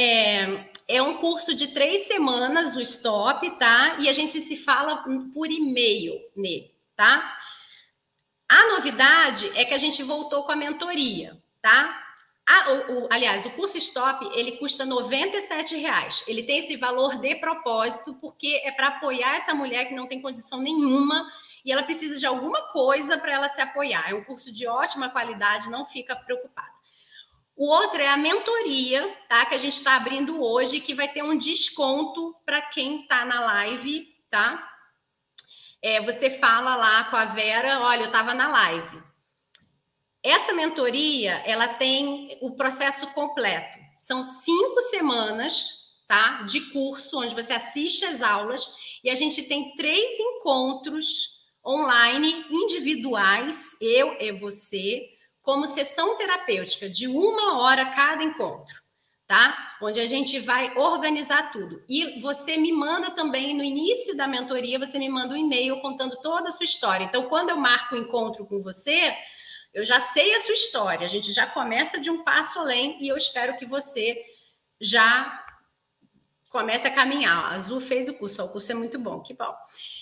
Speaker 1: é um curso de 3 semanas, o Stop, tá? E a gente se fala por e-mail nele, tá? A novidade é que a gente voltou com a mentoria, tá? Aliás, o curso Stop, ele custa R$ 97,00. Ele tem esse valor de propósito, porque é para apoiar essa mulher que não tem condição nenhuma e ela precisa de alguma coisa para ela se apoiar. É um curso de ótima qualidade, não fica preocupada. O outro é a mentoria, tá? Que a gente está abrindo hoje, que vai ter um desconto para quem está na live, tá? Você fala lá com a Vera, olha, eu estava na live. Essa mentoria, ela tem o processo completo. São 5 semanas, tá? De curso, onde você assiste as aulas e a gente tem 3 encontros online individuais, eu e você, como sessão terapêutica de 1 hora cada encontro, tá? Onde a gente vai organizar tudo. E você me manda também, no início da mentoria, você me manda um e-mail contando toda a sua história. Então, quando eu marco o encontro com você, eu já sei a sua história, a gente já começa de um passo além e eu espero que você já comece a caminhar. A Azul fez o curso é muito bom, que bom.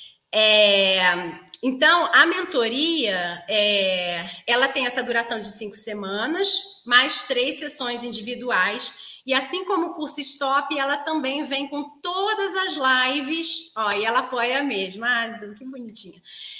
Speaker 1: Então, a mentoria, ela tem essa duração de 5 semanas, mais 3 sessões individuais, e assim como o curso Stop, ela também vem com todas as lives, ó, e ela apoia mesmo, Azul, que bonitinha.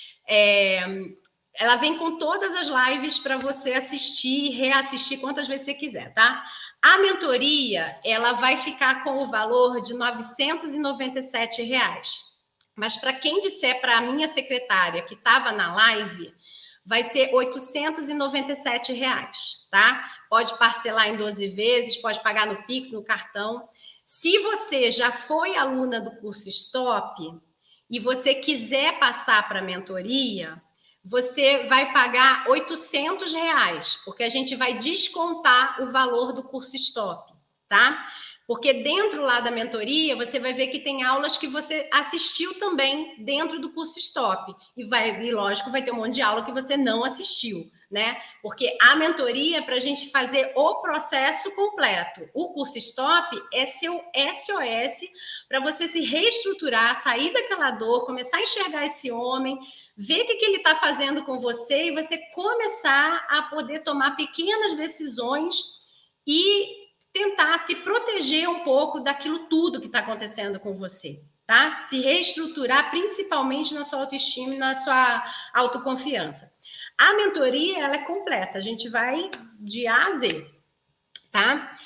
Speaker 1: Ela vem com todas as lives para você assistir e reassistir quantas vezes você quiser, tá? A mentoria, ela vai ficar com o valor de R$ 997,00. Mas para quem disser para a minha secretária que estava na live, vai ser R$ 897,00, tá? Pode parcelar em 12 vezes, pode pagar no Pix, no cartão. Se você já foi aluna do curso Stop e você quiser passar para a mentoria, você vai pagar R$ 800, porque a gente vai descontar o valor do curso Stop, tá? Porque dentro lá da mentoria, você vai ver que tem aulas que você assistiu também dentro do curso Stop. E lógico, vai ter um monte de aula que você não assistiu, né? Porque a mentoria é para a gente fazer o processo completo. O curso Stop é seu SOS para você se reestruturar, sair daquela dor, começar a enxergar esse homem, ver o que ele está fazendo com você e você começar a poder tomar pequenas decisões e tentar se proteger um pouco daquilo tudo que está acontecendo com você, tá? Se reestruturar, principalmente na sua autoestima e na sua autoconfiança. A mentoria, ela é completa, a gente vai de A a Z, tá?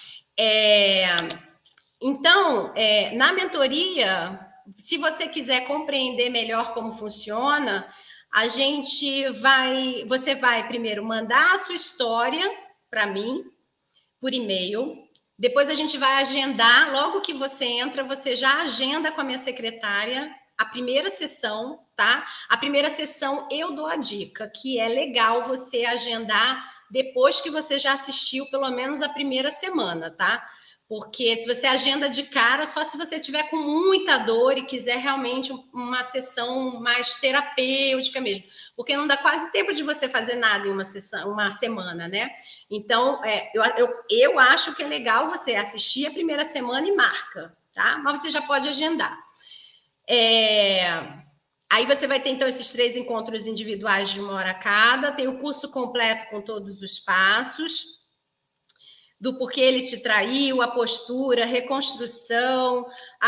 Speaker 1: Então, na mentoria, se você quiser compreender melhor como funciona, você vai primeiro mandar a sua história para mim, por e-mail. Depois a gente vai agendar, logo que você entra, você já agenda com a minha secretária a primeira sessão, tá? A primeira sessão eu dou a dica, que é legal você agendar depois que você já assistiu pelo menos a primeira semana, tá? Porque se você agenda de cara, só se você tiver com muita dor e quiser realmente uma sessão mais terapêutica mesmo. Porque não dá quase tempo de você fazer nada em uma semana, né? Então, eu acho que é legal você assistir a primeira semana e marca, tá? Mas você já pode agendar. Aí você vai ter, então, esses 3 encontros individuais de 1 hora cada. Tem o curso completo com todos os passos do porquê ele te traiu, a postura, a reconstrução,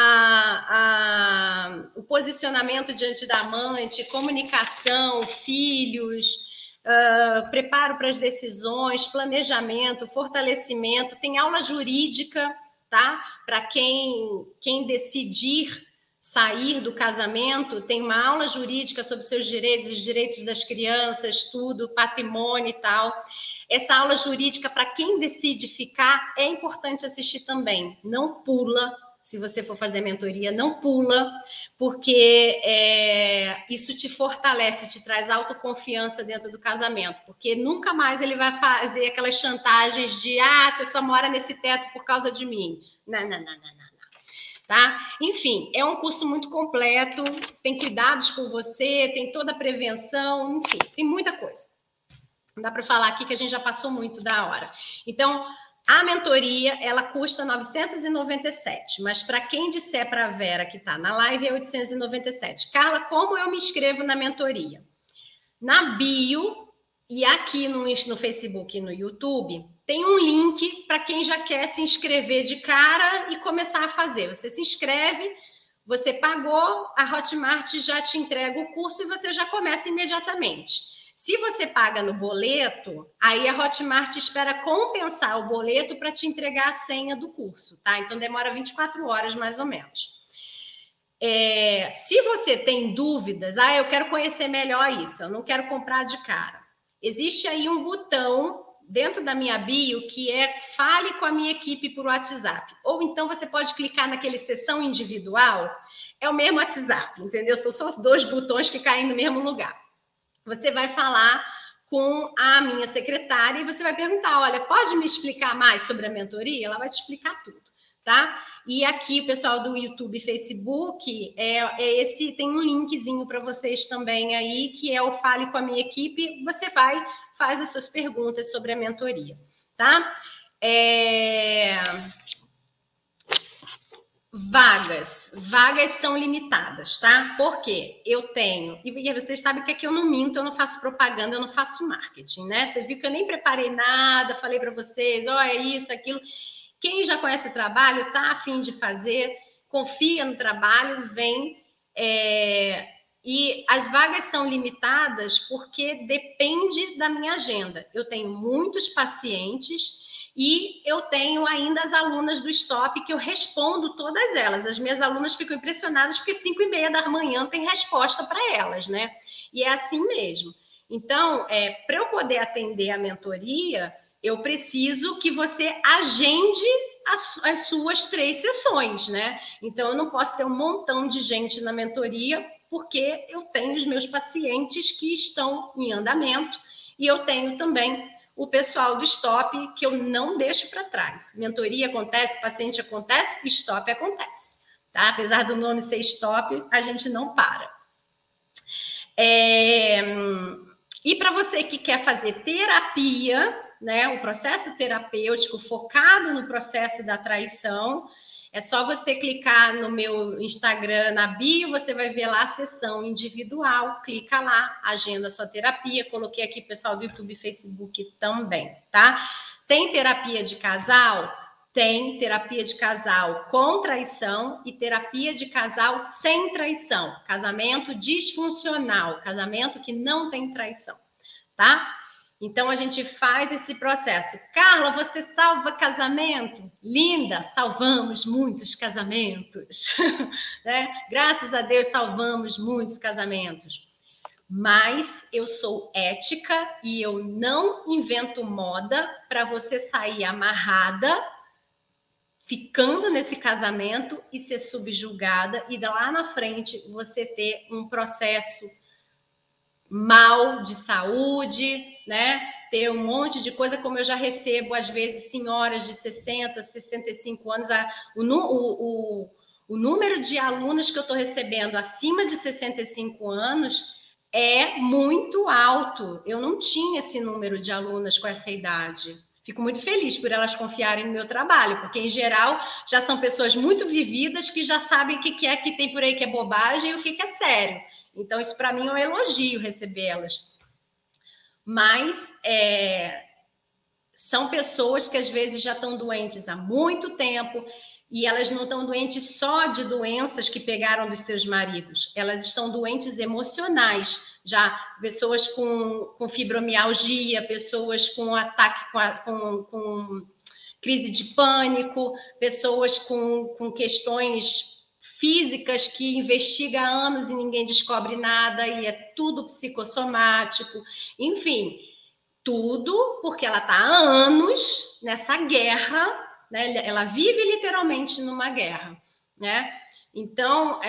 Speaker 1: o posicionamento diante da amante, comunicação, filhos, preparo para as decisões, planejamento, fortalecimento. Tem aula jurídica, tá? Para quem decidir sair do casamento, tem uma aula jurídica sobre seus direitos, os direitos das crianças, tudo, patrimônio e tal. Essa aula jurídica, para quem decide ficar, é importante assistir também. Não pula, se você for fazer mentoria, não pula, porque isso te fortalece, te traz autoconfiança dentro do casamento, porque nunca mais ele vai fazer aquelas chantagens de você só mora nesse teto por causa de mim. Não. Tá? Enfim, é um curso muito completo, tem cuidados com você, tem toda a prevenção, enfim, tem muita coisa. Não dá para falar aqui que a gente já passou muito da hora. Então, a mentoria, ela custa 997, mas para quem disser para a Vera que está na live é 897. Carla, como eu me inscrevo na mentoria? Na bio e aqui no Facebook e no YouTube, tem um link para quem já quer se inscrever de cara e começar a fazer. Você se inscreve, você pagou, a Hotmart já te entrega o curso e você já começa imediatamente. Se você paga no boleto, aí a Hotmart espera compensar o boleto para te entregar a senha do curso, tá? Então demora 24 horas mais ou menos. Se você tem dúvidas, eu quero conhecer melhor isso, eu não quero comprar de cara. Existe aí um botão dentro da minha bio que fale com a minha equipe por WhatsApp. Ou então você pode clicar naquele sessão individual, é o mesmo WhatsApp, entendeu? São só 2 botões que caem no mesmo lugar. Você vai falar com a minha secretária e você vai perguntar, olha, pode me explicar mais sobre a mentoria? Ela vai te explicar tudo, tá? E aqui o pessoal do YouTube e Facebook, tem um linkzinho para vocês também aí, que é o Fale com a Minha Equipe. Você faz as suas perguntas sobre a mentoria, tá? Vagas são limitadas, tá? Porque eu tenho, e vocês sabem que aqui eu não minto, eu não faço propaganda, eu não faço marketing, né? Você viu que eu nem preparei nada, falei para vocês, é isso, aquilo. Quem já conhece o trabalho, tá a fim de fazer, confia no trabalho, vem. E as vagas são limitadas porque depende da minha agenda. Eu tenho muitos pacientes e eu tenho ainda as alunas do Stop que eu respondo todas elas. As minhas alunas ficam impressionadas porque 5h30 da manhã tem resposta para elas, né? E é assim mesmo. Então, para eu poder atender a mentoria, eu preciso que você agende as suas 3 sessões, né? Então, eu não posso ter um montão de gente na mentoria porque eu tenho os meus pacientes que estão em andamento e eu tenho também o pessoal do Stop, que eu não deixo para trás. Mentoria acontece, paciente acontece, Stop acontece. Tá? Apesar do nome ser Stop, a gente não para. E para você que quer fazer terapia, né, o processo terapêutico focado no processo da traição, é só você clicar no meu Instagram, na bio, você vai ver lá a sessão individual, clica lá, agenda sua terapia, coloquei aqui pessoal do YouTube e Facebook também, tá? Tem terapia de casal? Tem terapia de casal com traição e terapia de casal sem traição, casamento disfuncional, casamento que não tem traição, tá? Então, a gente faz esse processo. Carla, você salva casamento? Linda, salvamos muitos casamentos. Né? Graças a Deus, salvamos muitos casamentos. Mas eu sou ética e eu não invento moda para você sair amarrada, ficando nesse casamento e ser subjugada e lá na frente você ter um processo mal de saúde, né? Ter um monte de coisa, como eu já recebo, às vezes, senhoras de 60, 65 anos. O número de alunas que eu estou recebendo acima de 65 anos é muito alto. Eu não tinha esse número de alunas com essa idade. Fico muito feliz por elas confiarem no meu trabalho, porque, em geral, já são pessoas muito vividas que já sabem o que é que tem por aí que é bobagem e o que é sério. Então, isso para mim é um elogio recebê-las. Mas são pessoas que às vezes já estão doentes há muito tempo e elas não estão doentes só de doenças que pegaram dos seus maridos, elas estão doentes emocionais, já pessoas com fibromialgia, pessoas com ataque, com crise de pânico, pessoas com questões físicas que investiga há anos e ninguém descobre nada e é tudo psicossomático, enfim, tudo porque ela está há anos nessa guerra, né? Ela vive literalmente numa guerra, né? Então,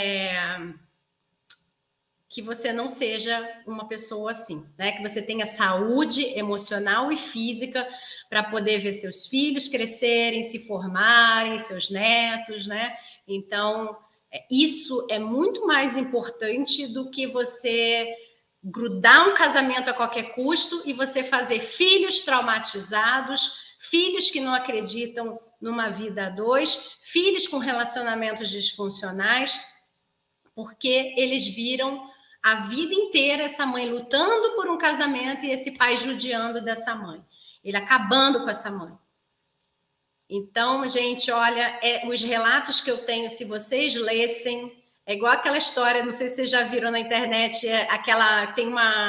Speaker 1: que você não seja uma pessoa assim, né? Que você tenha saúde emocional e física para poder ver seus filhos crescerem, se formarem, seus netos, né? Então, isso é muito mais importante do que você grudar um casamento a qualquer custo e você fazer filhos traumatizados, filhos que não acreditam numa vida a dois, filhos com relacionamentos disfuncionais, porque eles viram a vida inteira essa mãe lutando por um casamento e esse pai judiando dessa mãe, ele acabando com essa mãe. Então, gente, olha, os relatos que eu tenho, se vocês lessem, é igual aquela história, não sei se vocês já viram na internet, tem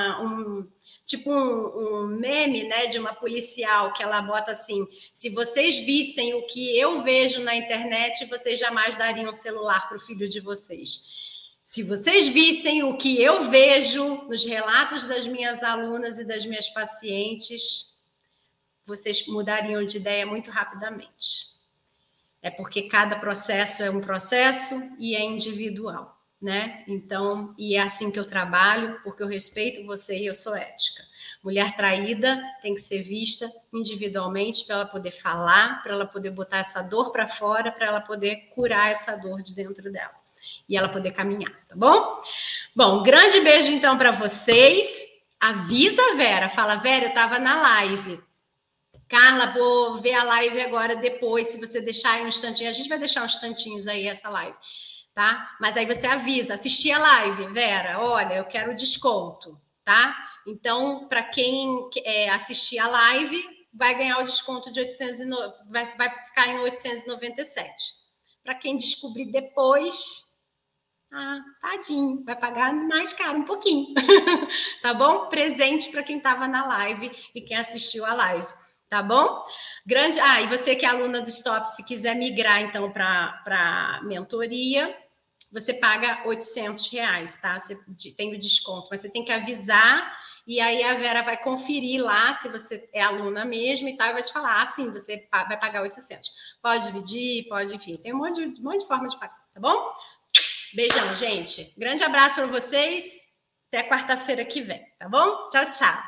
Speaker 1: um meme, né, de uma policial que ela bota assim: se vocês vissem o que eu vejo na internet, vocês jamais dariam um celular para o filho de vocês. Se vocês vissem o que eu vejo nos relatos das minhas alunas e das minhas pacientes, vocês mudariam de ideia muito rapidamente. É porque cada processo é um processo e é individual, né? Então, e é assim que eu trabalho, porque eu respeito você e eu sou ética. Mulher traída tem que ser vista individualmente para ela poder falar, para ela poder botar essa dor para fora, para ela poder curar essa dor de dentro dela e ela poder caminhar, tá bom? Bom, grande beijo então para vocês. Avisa a Vera, fala: Vera, eu estava na live. Carla, vou ver a live agora depois, se você deixar aí um instantinho. A gente vai deixar uns instantinhos aí essa live, tá? Mas aí você avisa, assisti a live, Vera, olha, eu quero desconto, tá? Então, para quem assistir a live, vai ganhar o desconto de 890, vai ficar em 897. Para quem descobrir depois, tadinho, vai pagar mais caro um pouquinho, tá bom? Presente para quem estava na live e quem assistiu a live. Tá bom? Grande. E você que é aluna do Stop, se quiser migrar, então, para mentoria, você paga R$800, tá? Você tem o desconto, mas você tem que avisar, e aí a Vera vai conferir lá se você é aluna mesmo e tal, e vai te falar: sim, você vai pagar 800. Pode dividir, pode, enfim, tem um monte de forma de pagar, tá bom? Beijão, gente. Grande abraço para vocês. Até quarta-feira que vem, tá bom? Tchau, tchau.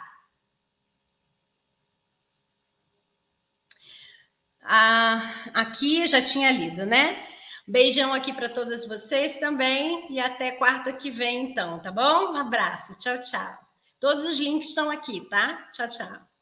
Speaker 1: Aqui já tinha lido, né? Beijão aqui para todas vocês também e até quarta que vem, então, tá bom? Um abraço. Tchau, tchau. Todos os links estão aqui, tá? Tchau, tchau.